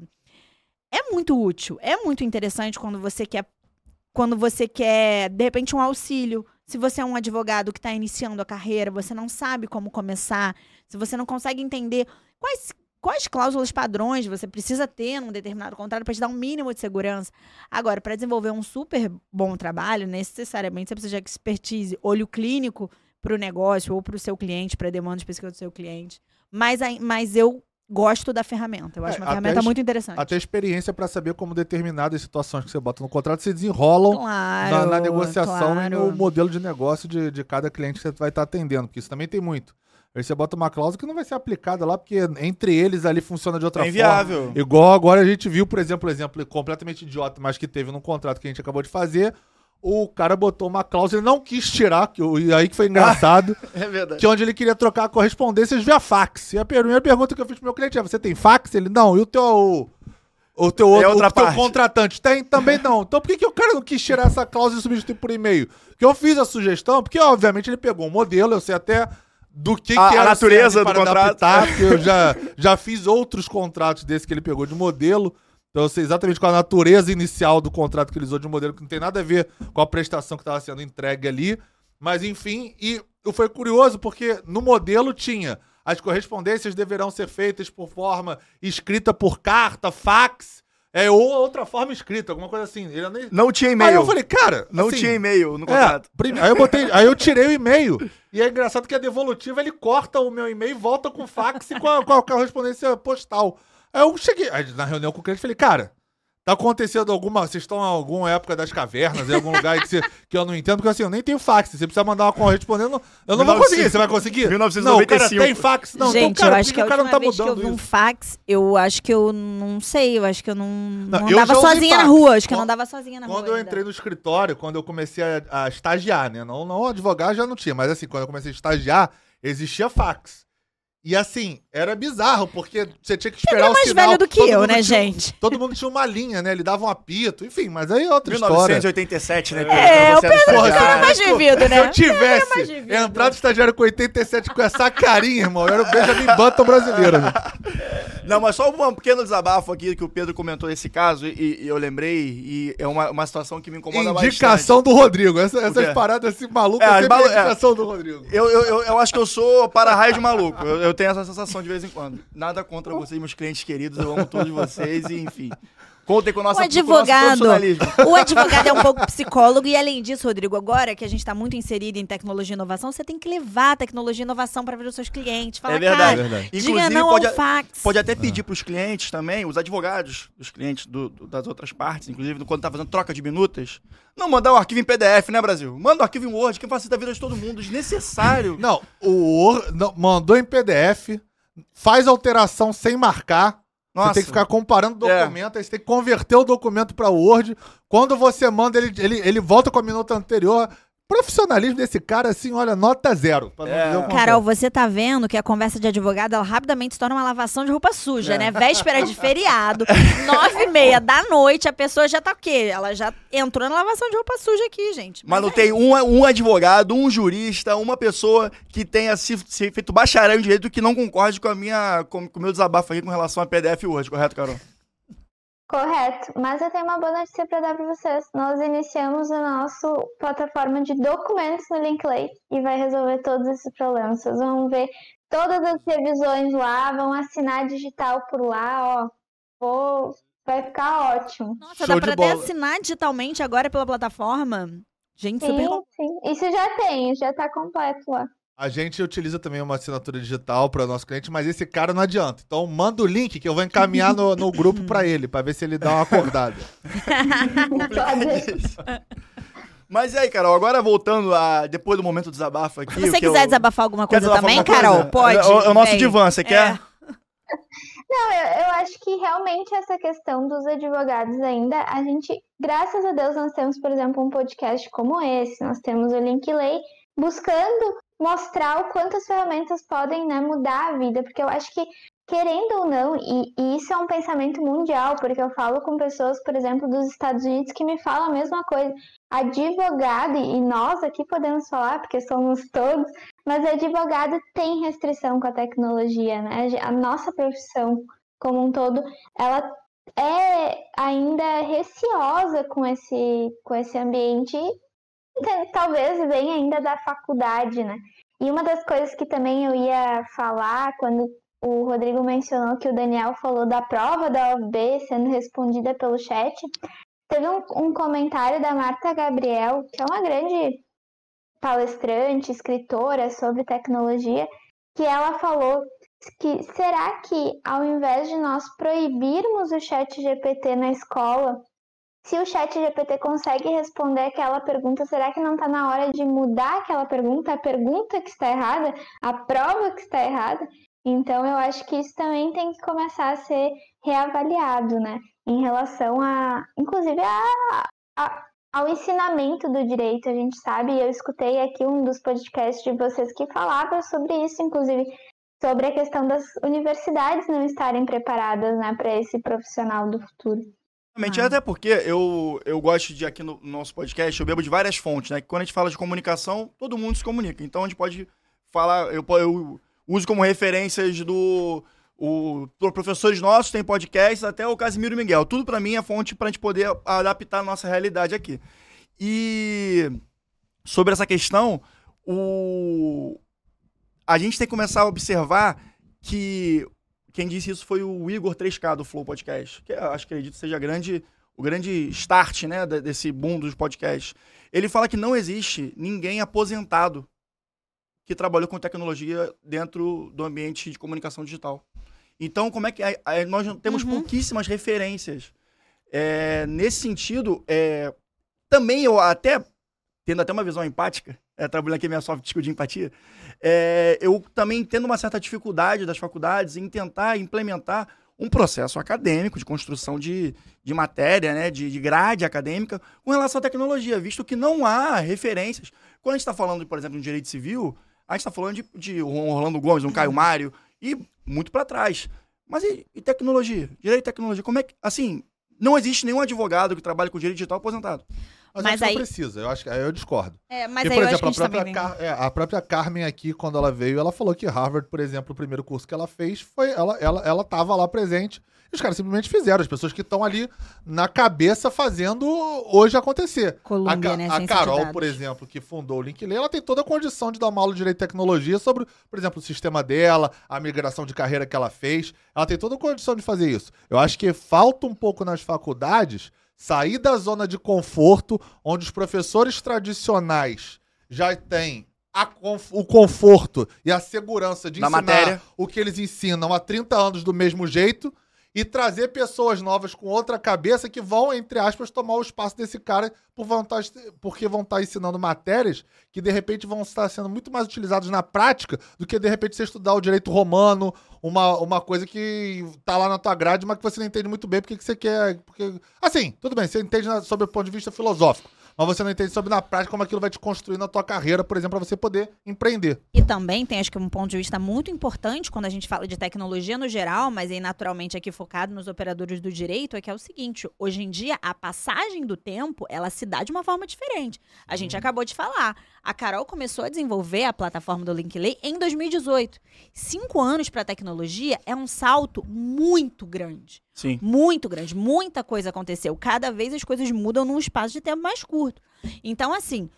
É muito útil, é muito interessante quando você quer, quando você quer, de repente, um auxílio. Se você é um advogado que está iniciando a carreira, você não sabe como começar, se você não consegue entender quais, quais cláusulas padrões você precisa ter num determinado contrato para te dar um mínimo de segurança. Agora, para desenvolver um super bom trabalho, necessariamente você precisa de expertise, olho clínico para o negócio ou para o seu cliente, para a demanda específica do seu cliente. Mas, mas eu gosto da ferramenta. Eu acho É, uma ferramenta muito interessante. Até experiência para saber como determinadas situações que você bota no contrato se desenrolam Claro, na, na negociação claro. e no modelo de negócio de, de cada cliente que você vai estar atendendo, porque isso também tem muito. Aí você bota uma cláusula que não vai ser aplicada lá, porque entre eles ali funciona de outra É inviável. forma. Igual agora a gente viu, por exemplo, um exemplo completamente idiota, mas que teve num contrato que a gente acabou de fazer, o cara botou uma cláusula, ele não quis tirar, que, e aí que foi engraçado, É verdade. que onde ele queria trocar correspondências via fax. E a primeira pergunta que eu fiz pro meu cliente é, você tem fax? Ele, não. E o teu, o, o teu, É outro, outra o teu parte. contratante? Tem? Também não. Então por que, que o cara não quis tirar essa cláusula e substituir por e-mail? Porque eu fiz a sugestão, porque obviamente ele pegou um modelo, eu sei até do que, A- que a era natureza serve do para contrato. adaptar, porque eu já, já fiz outros contratos desse que ele pegou de modelo. Então eu sei exatamente qual a natureza inicial do contrato que ele usou de um modelo que não tem nada a ver com a prestação que estava sendo entregue ali. Mas enfim, e foi curioso porque no modelo tinha as correspondências deverão ser feitas por forma escrita por carta, fax, é, ou outra forma escrita, alguma coisa assim. Ele nem... Não tinha Aí e-mail. eu falei, cara... Não assim, tinha e-mail no é, contrato. prime- aí eu botei, aí eu tirei o e-mail. E é engraçado que a devolutiva ele corta o meu e-mail e volta com fax e com a, com a correspondência postal. Aí eu cheguei aí na reunião com o cliente e falei, cara, tá acontecendo alguma... Vocês estão em alguma época das cavernas, em algum lugar aí que, você, que eu não entendo, porque assim, eu nem tenho fax. Você precisa mandar uma correspondendo, eu não vou conseguir. Você vai conseguir? mil novecentos e noventa e cinco. Não, o cara tem fax. Não, Gente, então, cara, eu acho por que a o cara última não tá vez que eu mudando vi um isso? fax, eu acho que eu não sei, eu acho que eu não, não, Não, eu andava já usei sozinha na fax. rua, acho que eu não Quando- andava sozinha na Quando rua eu ainda. entrei no escritório, quando eu comecei a, a estagiar, né? Não, não advogar já não tinha, mas assim, quando eu comecei a estagiar, existia fax. E assim, era bizarro, porque você tinha que esperar Ele é o mais sinal. velho do que todo eu, mundo né, tinha- gente? Todo mundo tinha uma linha, né? Ele dava um apito, enfim, mas aí é outra mil história. novecentos e oitenta e sete, né? É, Quando você o era Pedro Porra, estagiário. é mais se- vivido, Se né? eu mais tivesse vivido. entrado estagiário com oitenta e sete com essa carinha, irmão, eu era o Benjamin Button brasileiro. Né? Não, mas só um pequeno desabafo aqui que o Pedro comentou nesse caso e, e eu lembrei, e é uma, uma situação que me incomoda bastante. Indicação do Rodrigo. Essa- O essas quê? paradas assim malucas, É, as sempre é malu- é. indicação do Rodrigo. Eu, eu, eu, eu acho que eu sou para-raio de maluco. Eu, eu tenho essa sensação de vez em quando. Nada contra vocês, meus clientes queridos. Eu amo todos vocês e, enfim. Contem com o nosso, O com o nosso advogado, profissionalismo. o advogado é um pouco psicólogo e além disso, Rodrigo, agora que a gente está muito inserido em tecnologia e inovação, você tem que levar a tecnologia e inovação para ver os seus clientes. Falar, É verdade. cara, É verdade. diga Inclusive, não pode, ao fax. pode até pedir para os clientes também, os advogados dos clientes do- do- das outras partes, inclusive quando tá fazendo troca de minutas, não mandar um arquivo em P D F, né, Brasil? Manda um arquivo em Word, que facilita a vida de todo mundo, desnecessário. Não, o Word não, mandou em P D F, faz alteração sem marcar. Nossa. Você tem que ficar comparando É. documento, aí você tem que converter o documento para Word. Quando você manda, ele, ele, ele volta com a minuta anterior. Profissionalismo desse cara, assim, olha, nota zero. Pra não É. dizer o contrário. Carol, você tá vendo que a conversa de advogado, ela rapidamente se torna uma lavação de roupa suja, É. né? Véspera de feriado, nove e meia da noite, a pessoa já tá o quê? Ela já entrou na lavação de roupa suja aqui, gente. Mas não é tem um, um advogado, um jurista, uma pessoa que tenha se, se feito bacharel em direito que não concorde com a minha, com, com o meu desabafo aqui com relação a P D F Word, correto, Carol? Correto, mas eu tenho uma boa notícia para dar para vocês. Nós iniciamos a nossa plataforma de documentos no Linkley e vai resolver todos esses problemas. Vocês vão ver todas as revisões lá, vão assinar digital por lá, ó. Vou... Vai ficar ótimo. Nossa, Show dá de pra até bola. assinar digitalmente agora pela plataforma? Gente, super... Sim, sim. Isso já tem, já tá completo lá. A gente utiliza também uma assinatura digital para o nosso cliente, mas esse cara não adianta. Então manda o link que eu vou encaminhar no, no grupo para ele, para ver se ele dá uma acordada. Pode. Mas e aí, Carol, agora voltando a... Depois do momento do desabafo aqui... Se você que quiser eu... desabafar alguma Quer coisa desabafar também, alguma Carol, coisa? pode. É o, é o nosso Vem. divã, você É. quer? Não, eu, eu acho que realmente essa questão dos advogados ainda, a gente, graças a Deus, nós temos, por exemplo, um podcast como esse, nós temos o Linkley, buscando mostrar o quanto as ferramentas podem, né, mudar a vida, porque eu acho que, querendo ou não, e, e isso é um pensamento mundial, porque eu falo com pessoas, por exemplo, dos Estados Unidos que me falam a mesma coisa. Advogado, e nós aqui podemos falar, porque somos todos, mas advogado tem restrição com a tecnologia, né? A nossa profissão como um todo, ela é ainda receosa com esse, com esse ambiente, talvez venha ainda da faculdade, né? E uma das coisas que também eu ia falar, quando o Rodrigo mencionou que o Daniel falou da prova da O A B sendo respondida pelo chat, teve um, um comentário da Marta Gabriel, que é uma grande palestrante, escritora sobre tecnologia, que ela falou que será que ao invés de nós proibirmos o chat G P T na escola, se o chat G P T consegue responder aquela pergunta, será que não está na hora de mudar aquela pergunta, a pergunta que está errada, a prova que está errada? Então eu acho que isso também tem que começar a ser reavaliado, né? Em relação a, inclusive, a, a, ao ensinamento do direito, a gente sabe, e eu escutei aqui um dos podcasts de vocês que falava sobre isso, inclusive sobre a questão das universidades não estarem preparadas, né, para esse profissional do futuro. Realmente, até porque eu, eu gosto de, aqui no nosso podcast, eu bebo de várias fontes, né? Que quando a gente fala de comunicação, todo mundo se comunica. Então a gente pode falar, eu, eu uso como referências do... O, professores nossos têm podcasts, até o Casimiro e Miguel. Tudo pra mim é fonte pra gente poder adaptar a nossa realidade aqui. E sobre essa questão, o... a gente tem que começar a observar que quem disse isso foi o Igor três K do Flow Podcast, que eu acho que acredito seja grande, o grande start, né, desse boom dos podcasts. Ele fala que não existe ninguém aposentado que trabalhou com tecnologia dentro do ambiente de comunicação digital. Então, como é que é? Nós temos uhum. pouquíssimas referências. É, nesse sentido, é, também eu até, tendo até uma visão empática, é, trabalhando aqui minha soft skill de empatia, é, eu também tendo uma certa dificuldade das faculdades em tentar implementar um processo acadêmico de construção de, de matéria, né, de, de grade acadêmica com relação à tecnologia, visto que não há referências. Quando a gente está falando, por exemplo, de direito civil, a gente está falando de, de um Orlando Gomes, um Caio Mário, e muito para trás. Mas e, e tecnologia? Direito e tecnologia, como é que... Assim, não existe nenhum advogado que trabalhe com direito digital aposentado. Mas, mas acho aí... que não precisa, eu acho que aí eu discordo. É, mas Porque, aí por eu exemplo, acho que a a, própria, Car... é, a própria Carmen aqui, quando ela veio, ela falou que Harvard, por exemplo, o primeiro curso que ela fez, foi ela, ela, ela tava lá presente. E os caras simplesmente fizeram, as pessoas que estão ali na cabeça fazendo hoje acontecer. Colômbia, a, né, a Carol, por exemplo, que fundou o Linkley, ela tem toda a condição de dar uma aula de direito e tecnologia sobre, por exemplo, o sistema dela, a migração de carreira que ela fez. Ela tem toda a condição de fazer isso. Eu acho que falta um pouco nas faculdades sair da zona de conforto, onde os professores tradicionais já têm a conf- o conforto e a segurança de da ensinar matéria. O que eles ensinam há trinta anos do mesmo jeito, e trazer pessoas novas com outra cabeça que vão, entre aspas, tomar o espaço desse cara por vão tá, porque vão estar tá ensinando matérias que, de repente, vão estar sendo muito mais utilizadas na prática do que, de repente, você estudar o direito romano, uma, uma coisa que tá lá na tua grade, mas que você não entende muito bem porque que você quer... Porque... Assim, tudo bem, você entende na, sobre o ponto de vista filosófico, mas você não entende sobre na prática como aquilo vai te construir na tua carreira, por exemplo, para você poder empreender. E também tem, acho que um ponto de vista muito importante quando a gente fala de tecnologia no geral, mas aí naturalmente aqui focado nos operadores do direito, é que é o seguinte, hoje em dia a passagem do tempo, ela se dá de uma forma diferente. A gente hum. acabou de falar, a Carol começou a desenvolver a plataforma do Linkley em dois mil e dezoito. Cinco anos para a tecnologia é um salto muito grande. Sim. Muito grande, muita coisa aconteceu. Cada vez as coisas mudam num espaço de tempo mais curto. Então, assim,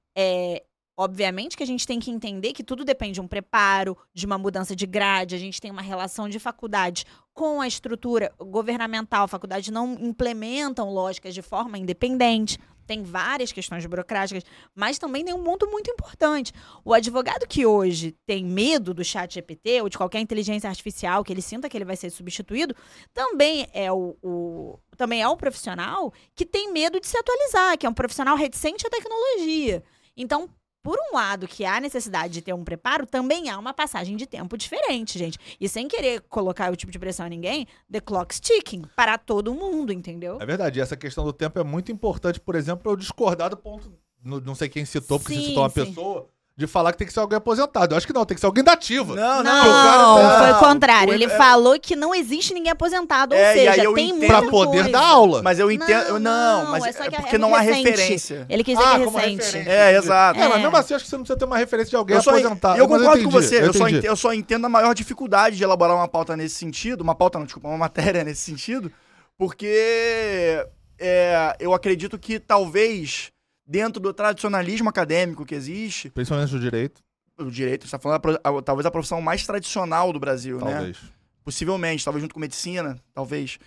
é, obviamente que a gente tem que entender que tudo depende de um preparo, de uma mudança de grade, a gente tem uma relação de faculdade com a estrutura governamental, faculdades não implementam lógicas de forma independente. tem várias questões burocráticas, mas também tem um ponto muito importante. O advogado que hoje tem medo do chat G P T ou de qualquer inteligência artificial, que ele sinta que ele vai ser substituído, também é o, o, também é o profissional que tem medo de se atualizar, que é um profissional reticente à tecnologia. Então, por um lado, que há necessidade de ter um preparo, também há uma passagem de tempo diferente, gente. E sem querer colocar o tipo de pressão a ninguém, the clock's ticking, para todo mundo, entendeu? É verdade, e essa questão do tempo é muito importante, por exemplo, eu discordar do ponto, não, não sei quem citou, porque Sim, você citou uma sim. pessoa, de falar que tem que ser alguém aposentado. Eu acho que não, tem que ser alguém da ativa. Não, Não, não, o cara tá- foi o contrário. o- Ele é- falou que não existe ninguém aposentado, ou É, e aí seja, eu tem entendo- muita Pra poder coisa. dar aula. Mas eu entendo. Não, Não, não, mas é só é que é porque não há recente. referência. Ele quis dizer Ah, que como recente. referência. É, exato. É, mas É. mesmo assim, acho que você não precisa ter uma referência de alguém Eu, só, aposentado. eu Mas concordo com entendi, você, eu, só entendi. entendo, eu só entendo a maior dificuldade de elaborar uma pauta nesse sentido, uma pauta não, desculpa, uma matéria nesse sentido, porque é, eu acredito que talvez, dentro do tradicionalismo acadêmico que existe, Principalmente do direito, o direito, você está falando, a pro- a- talvez a profissão mais tradicional do Brasil, né? talvez. Possivelmente, talvez junto com medicina, talvez.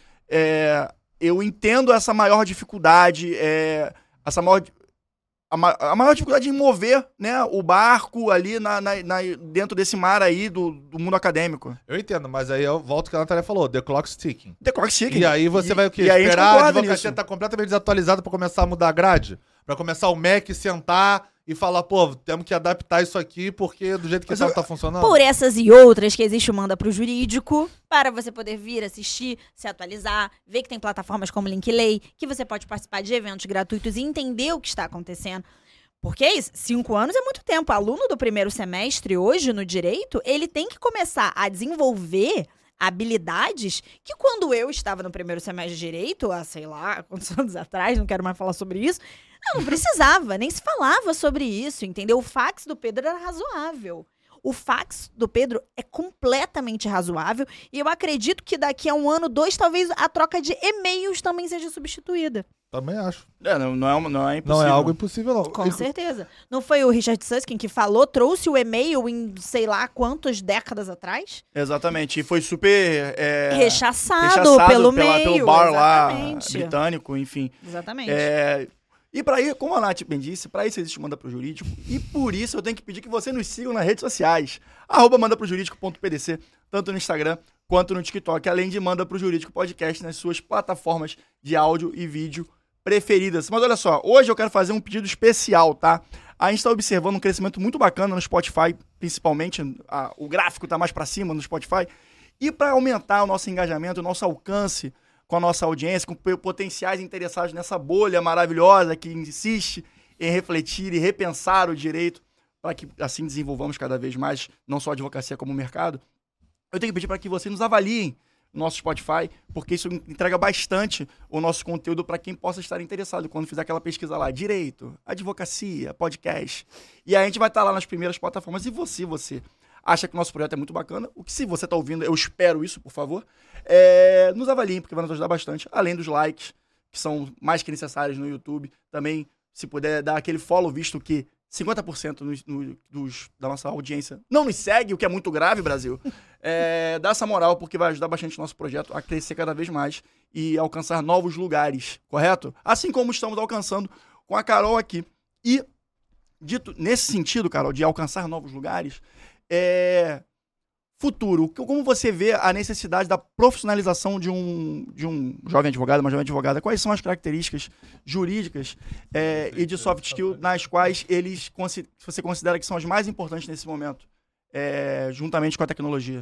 É, eu entendo essa maior dificuldade, é, essa maior, a, ma- a maior dificuldade em mover, né, o barco ali na, na- na- dentro desse mar aí do, do mundo acadêmico. Eu entendo, mas aí eu volto ao que a Natália falou, the clock's ticking. The clock's ticking. E aí você E- vai o quê? e aí a gente Esperar a concorda advocacia nisso. tá completamente desatualizada pra começar a mudar a grade? Pra começar o M E C sentar e falar, pô, temos que adaptar isso aqui porque do jeito que Mas tá, eu- não tá funcionando? Por essas e outras que existe o Manda pro Jurídico, para você poder vir, assistir, se atualizar, ver que tem plataformas como Linkley, que você pode participar de eventos gratuitos e entender o que está acontecendo. Porque é isso, cinco anos é muito tempo. Aluno do primeiro semestre hoje no direito, ele tem que começar a desenvolver habilidades que quando eu estava no primeiro semestre de direito, há sei lá, quantos anos atrás, não quero mais falar sobre isso, eu não precisava, nem se falava sobre isso, entendeu? O fax do Pedro era razoável. O fax do Pedro é completamente razoável e eu acredito que daqui a um ano, dois, talvez a troca de e-mails também seja substituída. Também acho. É, não, não, é, uma- não é impossível. Não é algo impossível, não. Com E- certeza. Não foi o Richard Susskind que falou, trouxe o e-mail em sei lá quantas décadas atrás? Exatamente. E foi super... É, rechaçado, rechaçado pelo pela- meio. pelo bar lá, Exatamente. britânico, enfim. Exatamente. É, e para isso, como a Nath bem disse, para isso existe o Manda Pro Jurídico. E por isso eu tenho que pedir que você nos sigam nas redes sociais. Arroba manda pro jurídico ponto p d c, tanto no Instagram quanto no TikTok. Além de Manda Pro Jurídico Podcast nas suas plataformas de áudio e vídeo preferidas. Mas olha só, hoje eu quero fazer um pedido especial, tá? A gente está observando um crescimento muito bacana no Spotify, principalmente. A, o gráfico está mais para cima no Spotify. E para aumentar o nosso engajamento, o nosso alcance com a nossa audiência, com potenciais interessados nessa bolha maravilhosa que insiste em refletir e repensar o direito para que assim desenvolvamos cada vez mais, não só a advocacia como o mercado, eu tenho que pedir para que vocês nos avaliem no nosso Spotify, porque isso entrega bastante o nosso conteúdo para quem possa estar interessado quando fizer aquela pesquisa lá, direito, advocacia, podcast. E aí a gente vai estar lá nas primeiras plataformas. E você, você acha que o nosso projeto é muito bacana? O que se você está ouvindo, eu espero isso, por favor, é, nos avaliem, porque vai nos ajudar bastante, além dos likes, que são mais que necessários no YouTube. Também, se puder dar aquele follow, visto que cinquenta por cento no, no, dos, da nossa audiência não nos segue, o que é muito grave, Brasil. É, dá essa moral, porque vai ajudar bastante o nosso projeto a crescer cada vez mais e alcançar novos lugares, correto? Assim como estamos alcançando com a Carol aqui. E, dito nesse sentido, Carol, de alcançar novos lugares, é, futuro, como você vê a necessidade da profissionalização de um, de um jovem advogado, uma jovem advogada? Quais são as características jurídicas é, e de soft skill nas quais eles você considera que são as mais importantes nesse momento, é, juntamente com a tecnologia?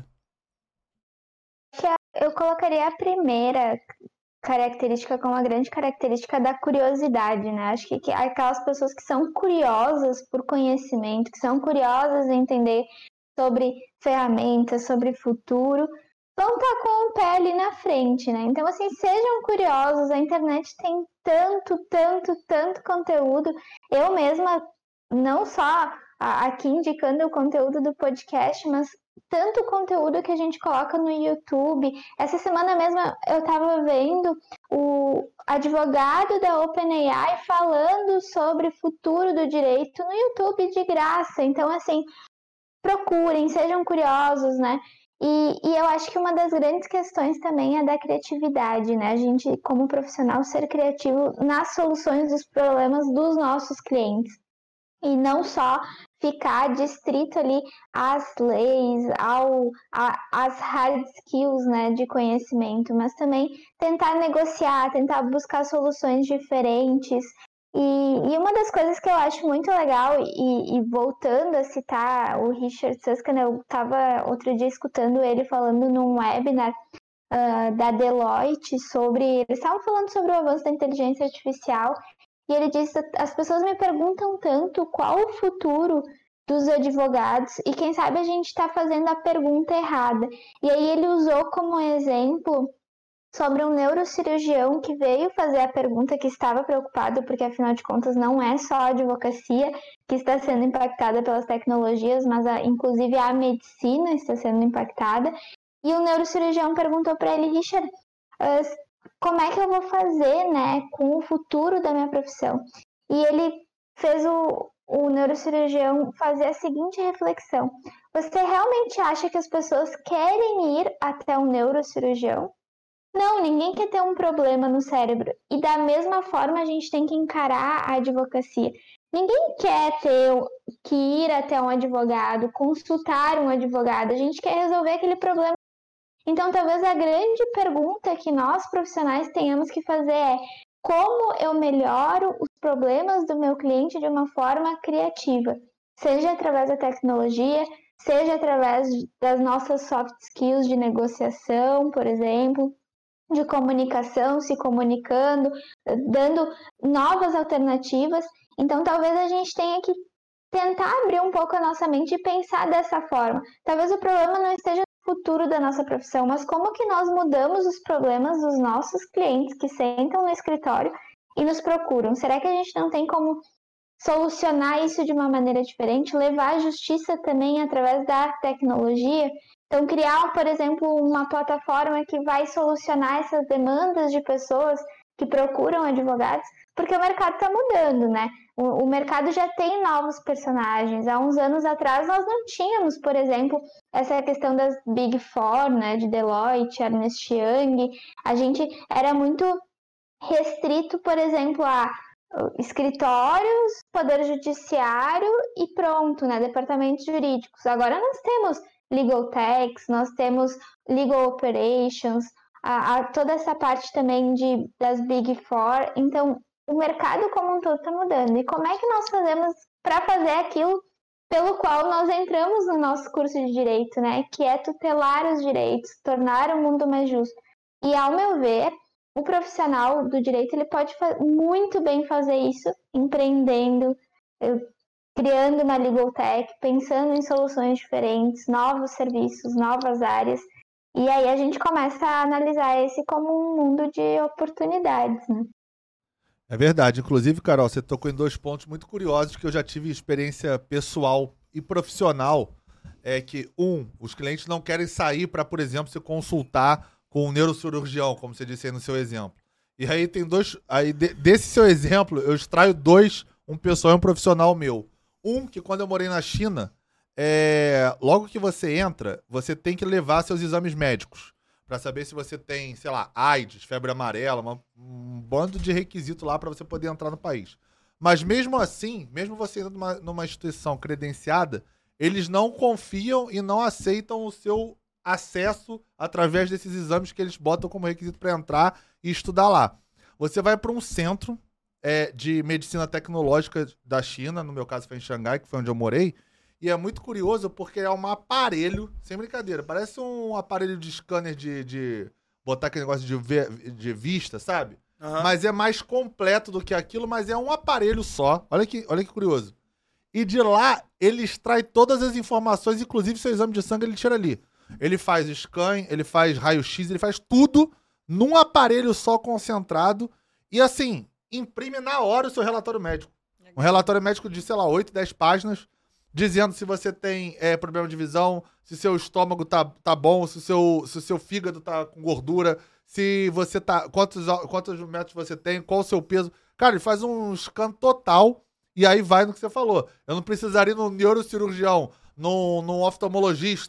Eu colocaria a primeira característica como a grande característica da curiosidade, né? Acho que, que aquelas pessoas que são curiosas por conhecimento, que são curiosas em entender sobre ferramentas, sobre futuro, vão estar com o pé ali na frente, né? Então, assim, sejam curiosos, a internet tem tanto, tanto, tanto conteúdo. Eu mesma, não só aqui indicando o conteúdo do podcast, mas tanto conteúdo que a gente coloca no YouTube. Essa semana mesmo eu estava vendo o advogado da OpenAI falando sobre o futuro do direito no YouTube de graça. Então, assim, procurem, sejam curiosos, né? E, e eu acho que uma das grandes questões também é da criatividade, né? A gente, como profissional, ser criativo nas soluções dos problemas dos nossos clientes. E não só ficar distrito ali às leis, ao, a, às hard skills, né, de conhecimento, mas também tentar negociar, tentar buscar soluções diferentes. E, e uma das coisas que eu acho muito legal, e, e voltando a citar o Richard Susskind, eu estava outro dia escutando ele falando num webinar uh, da Deloitte sobre... Eles estavam falando sobre o avanço da inteligência artificial, e ele disse, as pessoas me perguntam tanto qual o futuro dos advogados, e quem sabe a gente está fazendo a pergunta errada. E aí ele usou como exemplo sobre um neurocirurgião que veio fazer a pergunta, que estava preocupado, porque afinal de contas não é só a advocacia que está sendo impactada pelas tecnologias, mas a, inclusive a medicina está sendo impactada. E o neurocirurgião perguntou para ele, Richard, uh, como é que eu vou fazer, né, com o futuro da minha profissão? E ele fez o, o neurocirurgião fazer a seguinte reflexão. Você realmente acha que as pessoas querem ir até um neurocirurgião? Não, ninguém quer ter um problema no cérebro. E da mesma forma a gente tem que encarar a advocacia. Ninguém quer ter que ir até um advogado, consultar um advogado. A gente quer resolver aquele problema. Então, talvez a grande pergunta que nós profissionais tenhamos que fazer é: como eu melhoro os problemas do meu cliente de uma forma criativa? Seja através da tecnologia, seja através das nossas soft skills de negociação, por exemplo, de comunicação, se comunicando, dando novas alternativas. Então, talvez a gente tenha que tentar abrir um pouco a nossa mente e pensar dessa forma. Talvez o problema não esteja no futuro da nossa profissão, mas como que nós mudamos os problemas dos nossos clientes que sentam no escritório e nos procuram? Será que a gente não tem como solucionar isso de uma maneira diferente? Levar a justiça também através da tecnologia? Então, criar, por exemplo, uma plataforma que vai solucionar essas demandas de pessoas que procuram advogados, porque o mercado está mudando, né? O, o mercado já tem novos personagens. Há uns anos atrás, nós não tínhamos, por exemplo, essa questão das Big Four, né? De Deloitte, Ernst Young. A gente era muito restrito, por exemplo, a escritórios, poder judiciário e pronto, né? Departamentos jurídicos. Agora nós temos legal techs, nós temos legal operations, a, a, toda essa parte também de, das Big Four. Então, o mercado como um todo está mudando. E como é que nós fazemos para fazer aquilo pelo qual nós entramos no nosso curso de Direito, né? Que é tutelar os direitos, tornar o mundo mais justo. E, ao meu ver, o profissional do direito ele pode muito bem fazer isso, empreendendo, criando uma legal tech, pensando em soluções diferentes, novos serviços, novas áreas. E aí a gente começa a analisar esse como um mundo de oportunidades, né? É verdade. Inclusive, Carol, você tocou em dois pontos muito curiosos que eu já tive experiência pessoal e profissional. É que, um, os clientes não querem sair para, por exemplo, se consultar com um neurocirurgião, como você disse aí no seu exemplo. E aí tem dois... Aí de, desse seu exemplo, eu extraio dois, um pessoal e um profissional meu. Um, que quando eu morei na China, é, logo que você entra, você tem que levar seus exames médicos para saber se você tem, sei lá, AIDS, febre amarela, uma, um bando de requisito lá para você poder entrar no país. Mas mesmo assim, mesmo você indo numa, numa instituição credenciada, eles não confiam e não aceitam o seu acesso através desses exames que eles botam como requisito para entrar e estudar lá. Você vai para um centro é, de medicina tecnológica da China, no meu caso foi em Xangai, que foi onde eu morei, e é muito curioso porque é um aparelho, sem brincadeira, parece um aparelho de scanner de, de botar aquele negócio de, ver, de vista, sabe? Uhum. Mas é mais completo do que aquilo, mas é um aparelho só. Olha que, olha que curioso. E de lá, ele extrai todas as informações, inclusive seu exame de sangue ele tira ali. Ele faz scan, ele faz raio-x, ele faz tudo num aparelho só concentrado e, assim, imprime na hora o seu relatório médico. Um relatório médico de, sei lá, oito, dez páginas, dizendo se você tem é, problema de visão, se seu estômago tá, tá bom, se o seu, se o seu fígado tá com gordura, se você tá... Quantos, quantos metros você tem, qual o seu peso. Cara, ele faz um scan total e aí vai no que você falou. Eu não precisaria ir num neurocirurgião, num, num oftalmologista,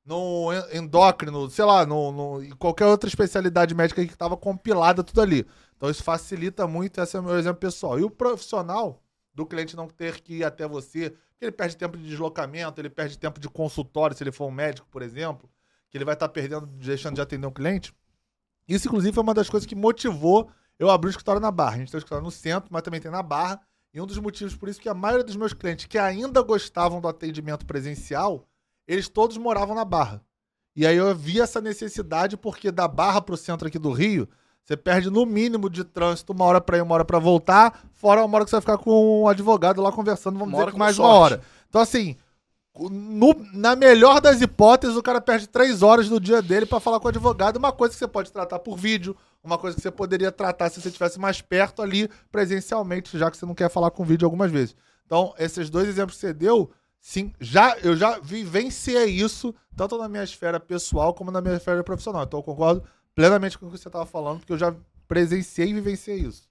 no endócrino, sei lá, no, no, em qualquer outra especialidade médica que estava compilada tudo ali. Então isso facilita muito, esse é o meu exemplo pessoal. E o profissional do cliente não ter que ir até você, porque ele perde tempo de deslocamento, ele perde tempo de consultório, se ele for um médico, por exemplo, que ele vai estar perdendo, deixando de atender um cliente. Isso, inclusive, foi uma das coisas que motivou eu abrir o escritório na Barra. A gente tem o escritório no centro, mas também tem na Barra. E um dos motivos por isso que a maioria dos meus clientes que ainda gostavam do atendimento presencial, eles todos moravam na Barra. E aí eu vi essa necessidade porque da Barra para o centro aqui do Rio, você perde no mínimo de trânsito uma hora para ir, uma hora para voltar, fora uma hora que você vai ficar com um advogado lá conversando, vamos dizer, mais uma hora. Então, assim, no, na melhor das hipóteses, o cara perde três horas do dia dele para falar com o advogado, uma coisa que você pode tratar por vídeo, uma coisa que você poderia tratar se você estivesse mais perto ali presencialmente, já que você não quer falar com vídeo algumas vezes. Então, esses dois exemplos que você deu, sim, já, eu já vivenciei isso, tanto na minha esfera pessoal como na minha esfera profissional. Então, eu concordo plenamente com o que você estava falando, porque eu já presenciei e vivenciei isso.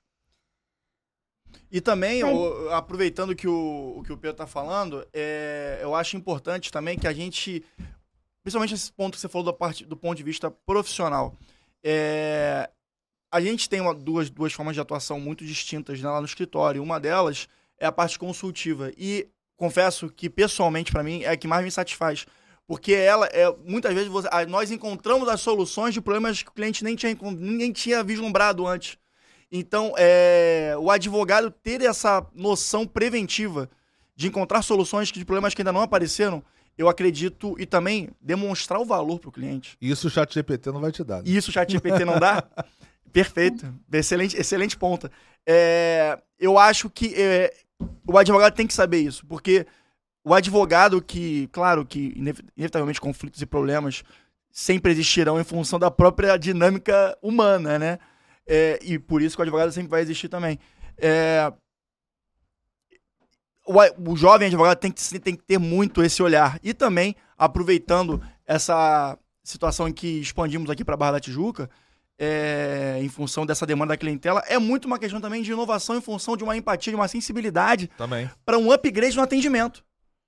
E também, o, aproveitando que o, o que o Pedro está falando, é, eu acho importante também que a gente, principalmente esse ponto que você falou da parte, do ponto de vista profissional, é, a gente tem uma, duas, duas formas de atuação muito distintas, né, lá no escritório. Uma delas é a parte consultiva. E confesso que, pessoalmente, para mim, é a que mais me satisfaz. Porque ela, é, muitas vezes, você, nós encontramos as soluções de problemas que o cliente nem tinha, ninguém tinha vislumbrado antes. Então, é, o advogado ter essa noção preventiva de encontrar soluções de problemas que ainda não apareceram, eu acredito, e também demonstrar o valor para o cliente. Isso o ChatGPT não vai te dar. Né? Isso o ChatGPT não dá? Perfeito. Excelente, excelente ponta. É, eu acho que é, o advogado tem que saber isso, porque o advogado que, claro que inevitavelmente conflitos e problemas sempre existirão em função da própria dinâmica humana, né? É, e por isso que o advogado sempre vai existir também. É, o, o jovem advogado tem que, tem que ter muito esse olhar. E também, aproveitando essa situação em que expandimos aqui para a Barra da Tijuca, é, em função dessa demanda da clientela, é muito uma questão também de inovação em função de uma empatia, de uma sensibilidade para um upgrade no atendimento.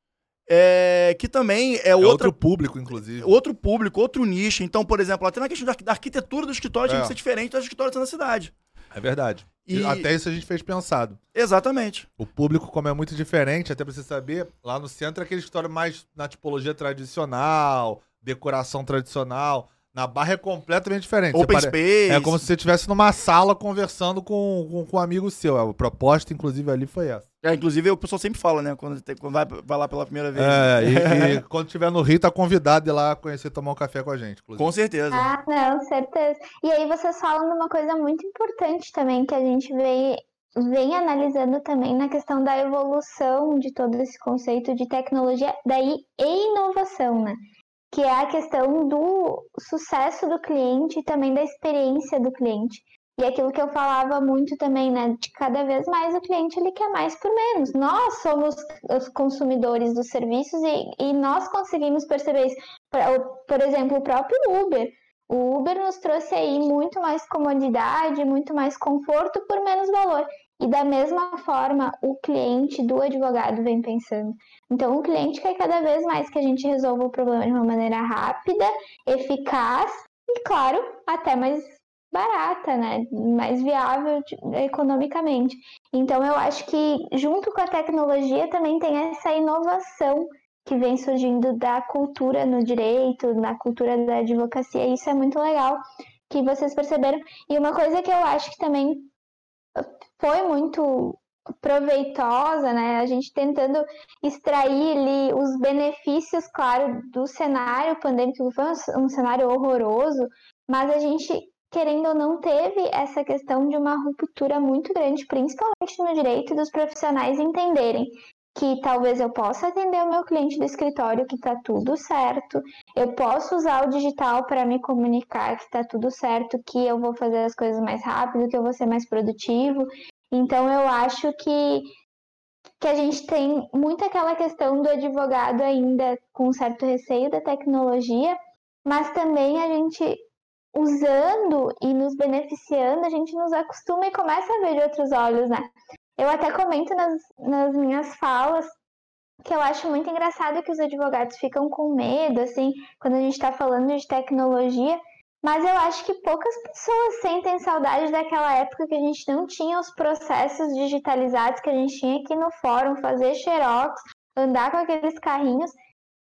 É, que também é, é outra, outro público, inclusive. Outro público, outro nicho. Então, por exemplo, até na questão da, da arquitetura do escritório é. tem que ser diferente das escritórios na cidade. É verdade. E... Até isso a gente fez pensado. Exatamente. O público, como é muito diferente, até pra você saber, lá no centro é aquele escritório mais na tipologia tradicional, decoração tradicional. Na Barra é completamente diferente. Open pare... space. É como se você estivesse numa sala conversando com, com, com um amigo seu. A proposta, inclusive, ali foi essa. É, inclusive, o pessoal sempre fala, né? Quando, tem, quando vai, vai lá pela primeira vez. É, né? e, e quando estiver no Rio, tá convidado de ir lá conhecer, tomar um café com a gente. Inclusive. Com certeza. Ah, não, certeza. E aí vocês falam de uma coisa muito importante também, que a gente vem, vem analisando também na questão da evolução de todo esse conceito de tecnologia, daí e inovação, né? Que é a questão do sucesso do cliente e também da experiência do cliente. E aquilo que eu falava muito também, né, de cada vez mais o cliente ele quer mais por menos. Nós somos os consumidores dos serviços e, e nós conseguimos perceber isso. Por, por exemplo, o próprio Uber. O Uber nos trouxe aí muito mais comodidade, muito mais conforto por menos valor. E da mesma forma, o cliente do advogado vem pensando. Então, o cliente quer cada vez mais que a gente resolva o problema de uma maneira rápida, eficaz e, claro, até mais barata, né? Mais viável economicamente. Então, eu acho que, junto com a tecnologia, também tem essa inovação que vem surgindo da cultura no direito, na cultura da advocacia. E isso é muito legal que vocês perceberam. E uma coisa que eu acho que também foi muito proveitosa, né? A gente tentando extrair ali os benefícios, claro, do cenário pandêmico, que foi um, um cenário horroroso, mas a gente, querendo ou não, teve essa questão de uma ruptura muito grande, principalmente no direito, dos profissionais entenderem que talvez eu possa atender o meu cliente do escritório, que está tudo certo, eu posso usar o digital para me comunicar, que está tudo certo, que eu vou fazer as coisas mais rápido, que eu vou ser mais produtivo. Então, eu acho que, que a gente tem muito aquela questão do advogado ainda com um certo receio da tecnologia, mas também a gente, usando e nos beneficiando, a gente nos acostuma e começa a ver de outros olhos, né? Eu até comento nas, nas minhas falas que eu acho muito engraçado que os advogados ficam com medo, assim, quando a gente está falando de tecnologia, mas eu acho que poucas pessoas sentem saudade daquela época que a gente não tinha os processos digitalizados, que a gente tinha aqui no fórum, fazer xerox, andar com aqueles carrinhos.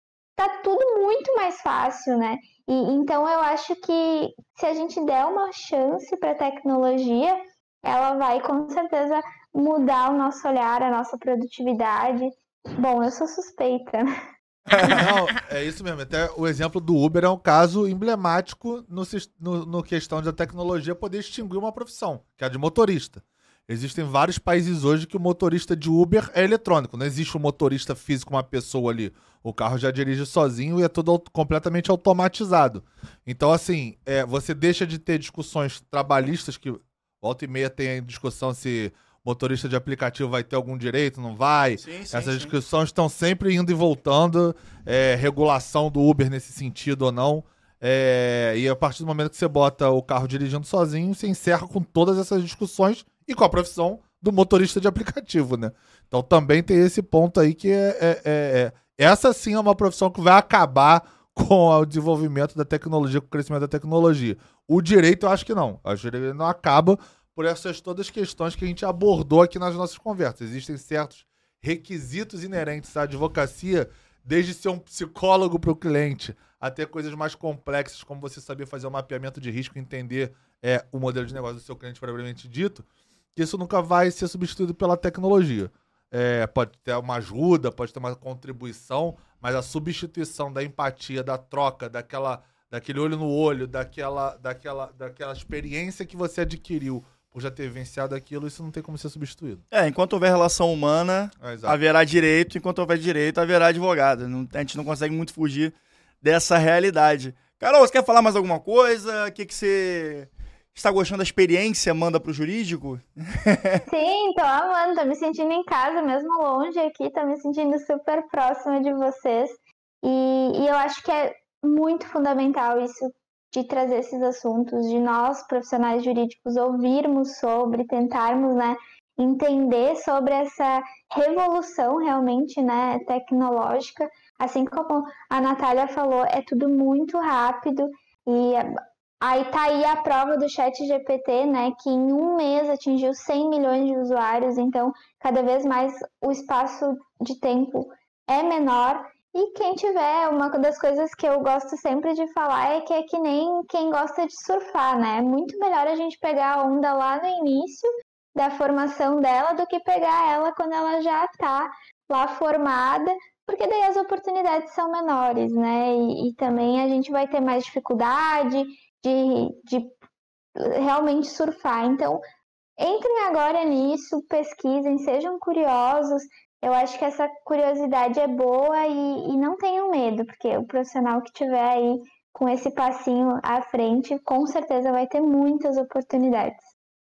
Tá tudo muito mais fácil, né? E, então eu acho que se a gente der uma chance para a tecnologia, ela vai com certeza mudar o nosso olhar, a nossa produtividade. Bom, eu sou suspeita, né? Não, é isso mesmo. Até o exemplo do Uber é um caso emblemático no, no, no questão da tecnologia poder extinguir uma profissão, que é a de motorista. Existem vários países hoje que o motorista de Uber é eletrônico. Não existe um motorista físico, uma pessoa ali. O carro já dirige sozinho e é tudo completamente automatizado. Então, assim, é, você deixa de ter discussões trabalhistas, que volta e meia tem a discussão se motorista de aplicativo vai ter algum direito, não vai. Sim, sim, Essas sim. discussões estão sempre indo e voltando. É, regulação do Uber nesse sentido ou não. É, e a partir do momento que você bota o carro dirigindo sozinho, você encerra com todas essas discussões e com a profissão do motorista de aplicativo, né? Então também tem esse ponto aí que é, é, é, é essa sim é uma profissão que vai acabar com o desenvolvimento da tecnologia, com o crescimento da tecnologia. O direito eu acho que não. Acho que ele não acaba por essas todas as questões que a gente abordou aqui nas nossas conversas. Existem certos requisitos inerentes à advocacia, desde ser um psicólogo para o cliente, até coisas mais complexas, como você saber fazer um mapeamento de risco, entender é, o modelo de negócio do seu cliente propriamente dito, que isso nunca vai ser substituído pela tecnologia. É, pode ter uma ajuda, pode ter uma contribuição, mas a substituição da empatia, da troca, daquela, daquele olho no olho, daquela, daquela, daquela experiência que você adquiriu por já ter vivenciado aquilo, isso não tem como ser substituído. É, enquanto houver relação humana, É, haverá direito, enquanto houver direito, haverá advogado. Não, a gente não consegue muito fugir dessa realidade. Carol, você quer falar mais alguma coisa? O que, que você está gostando da experiência? Manda pro jurídico? Sim, tô amando, tô me sentindo em casa, mesmo longe aqui, tô me sentindo super próxima de vocês. E, e eu acho que é muito fundamental isso de trazer esses assuntos, de nós, profissionais jurídicos, ouvirmos sobre, tentarmos, né, entender sobre essa revolução realmente, né, tecnológica. Assim como a Natália falou, é tudo muito rápido e aí tá aí a prova do chat G P T, né, que em um mês atingiu cem milhões de usuários, então cada vez mais o espaço de tempo é menor. E quem tiver, uma das coisas que eu gosto sempre de falar é que é que nem quem gosta de surfar, né? É muito melhor a gente pegar a onda lá no início da formação dela do que pegar ela quando ela já tá lá formada, porque daí as oportunidades são menores, né? E, e também a gente vai ter mais dificuldade de, de realmente surfar. Então, entrem agora nisso, pesquisem, sejam curiosos. Eu acho que essa curiosidade é boa e, e não tenham medo, porque o profissional que tiver aí com esse passinho à frente, com certeza vai ter muitas oportunidades.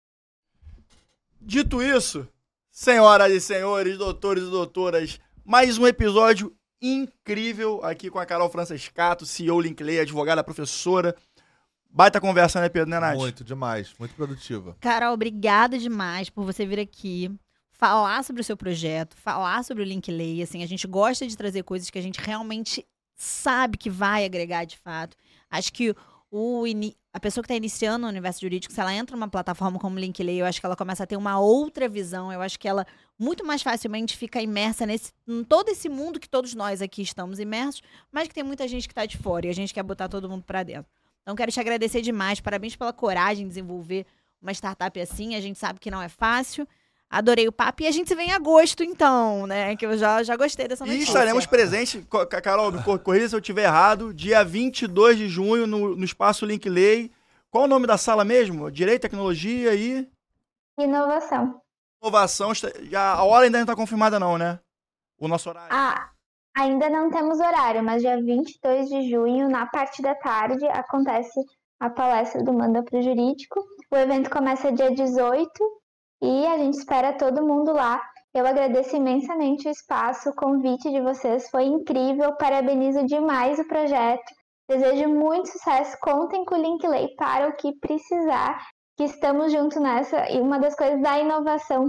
Dito isso, senhoras e senhores, doutores e doutoras, mais um episódio incrível aqui com a Carol Francescato, C E O Linkley, advogada, professora. Baita conversa, né, Pedro? Né, Nath? Muito, demais. Muito produtiva. Carol, obrigada demais por você vir aqui falar sobre o seu projeto, falar sobre o Linkley. Assim, a gente gosta de trazer coisas que a gente realmente sabe que vai agregar de fato. Acho que o ini- a pessoa que está iniciando no universo jurídico, se ela entra numa plataforma como o Linkley, eu acho que ela começa a ter uma outra visão. Eu acho que ela muito mais facilmente fica imersa nesse, em todo esse mundo que todos nós aqui estamos imersos, mas que tem muita gente que está de fora e a gente quer botar todo mundo para dentro. Então, quero te agradecer demais. Parabéns pela coragem de desenvolver uma startup assim. A gente sabe que não é fácil. Adorei o papo. E a gente se vê em agosto, então, né? Que eu já, já gostei dessa notícia. E estaremos presentes, co- Carol, me cor- corrija se eu estiver errado, dia vinte e dois de junho, no, no Espaço Linkley. Qual o nome da sala mesmo? Direito, Tecnologia e Inovação. Inovação. Está- Já, a hora ainda não está confirmada não, né? O nosso horário. Ah, ainda não temos horário, mas dia vinte e dois de junho, na parte da tarde, acontece a palestra do Manda pro Jurídico. O evento começa dia dezoito e a gente espera todo mundo lá. Eu agradeço imensamente o espaço, o convite de vocês, foi incrível, parabenizo demais o projeto. Desejo muito sucesso, contem com o Linkley para o que precisar, que estamos juntos nessa. E uma das coisas da inovação que eu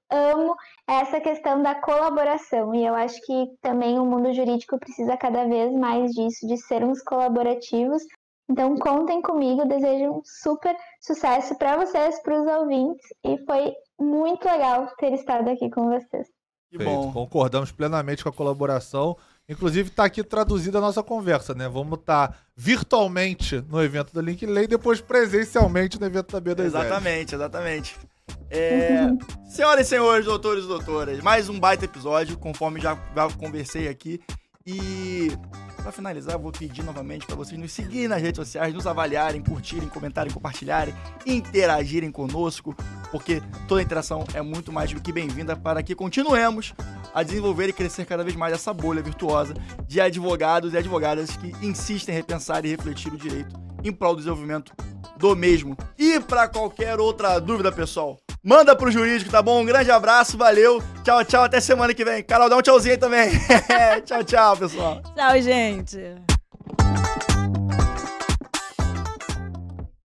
amo essa questão da colaboração. E eu acho que também o mundo jurídico precisa cada vez mais disso, de sermos colaborativos. Então, contem comigo, desejo um super sucesso para vocês, para os ouvintes. E foi muito legal ter estado aqui com vocês. Que Feito. bom. Concordamos plenamente com a colaboração. Inclusive, está aqui traduzida a nossa conversa, né? Vamos estar virtualmente no evento da Linkley e depois presencialmente no evento da B dois L. Exatamente, exatamente. É, senhoras e senhores, doutores e doutoras, mais um baita episódio, conforme já, já conversei aqui. E pra finalizar, eu vou pedir novamente para vocês nos seguirem nas redes sociais, nos avaliarem, curtirem, comentarem, compartilharem, interagirem conosco, porque toda interação é muito mais do que bem-vinda para que continuemos a desenvolver e crescer cada vez mais essa bolha virtuosa de advogados e advogadas que insistem em repensar e refletir o direito em prol do desenvolvimento do mesmo. E para qualquer outra dúvida, pessoal, manda pro jurídico, tá bom? Um grande abraço, valeu, tchau, tchau, até semana que vem. Carol, dá um tchauzinho aí também. Tchau, tchau, pessoal. Tchau, gente.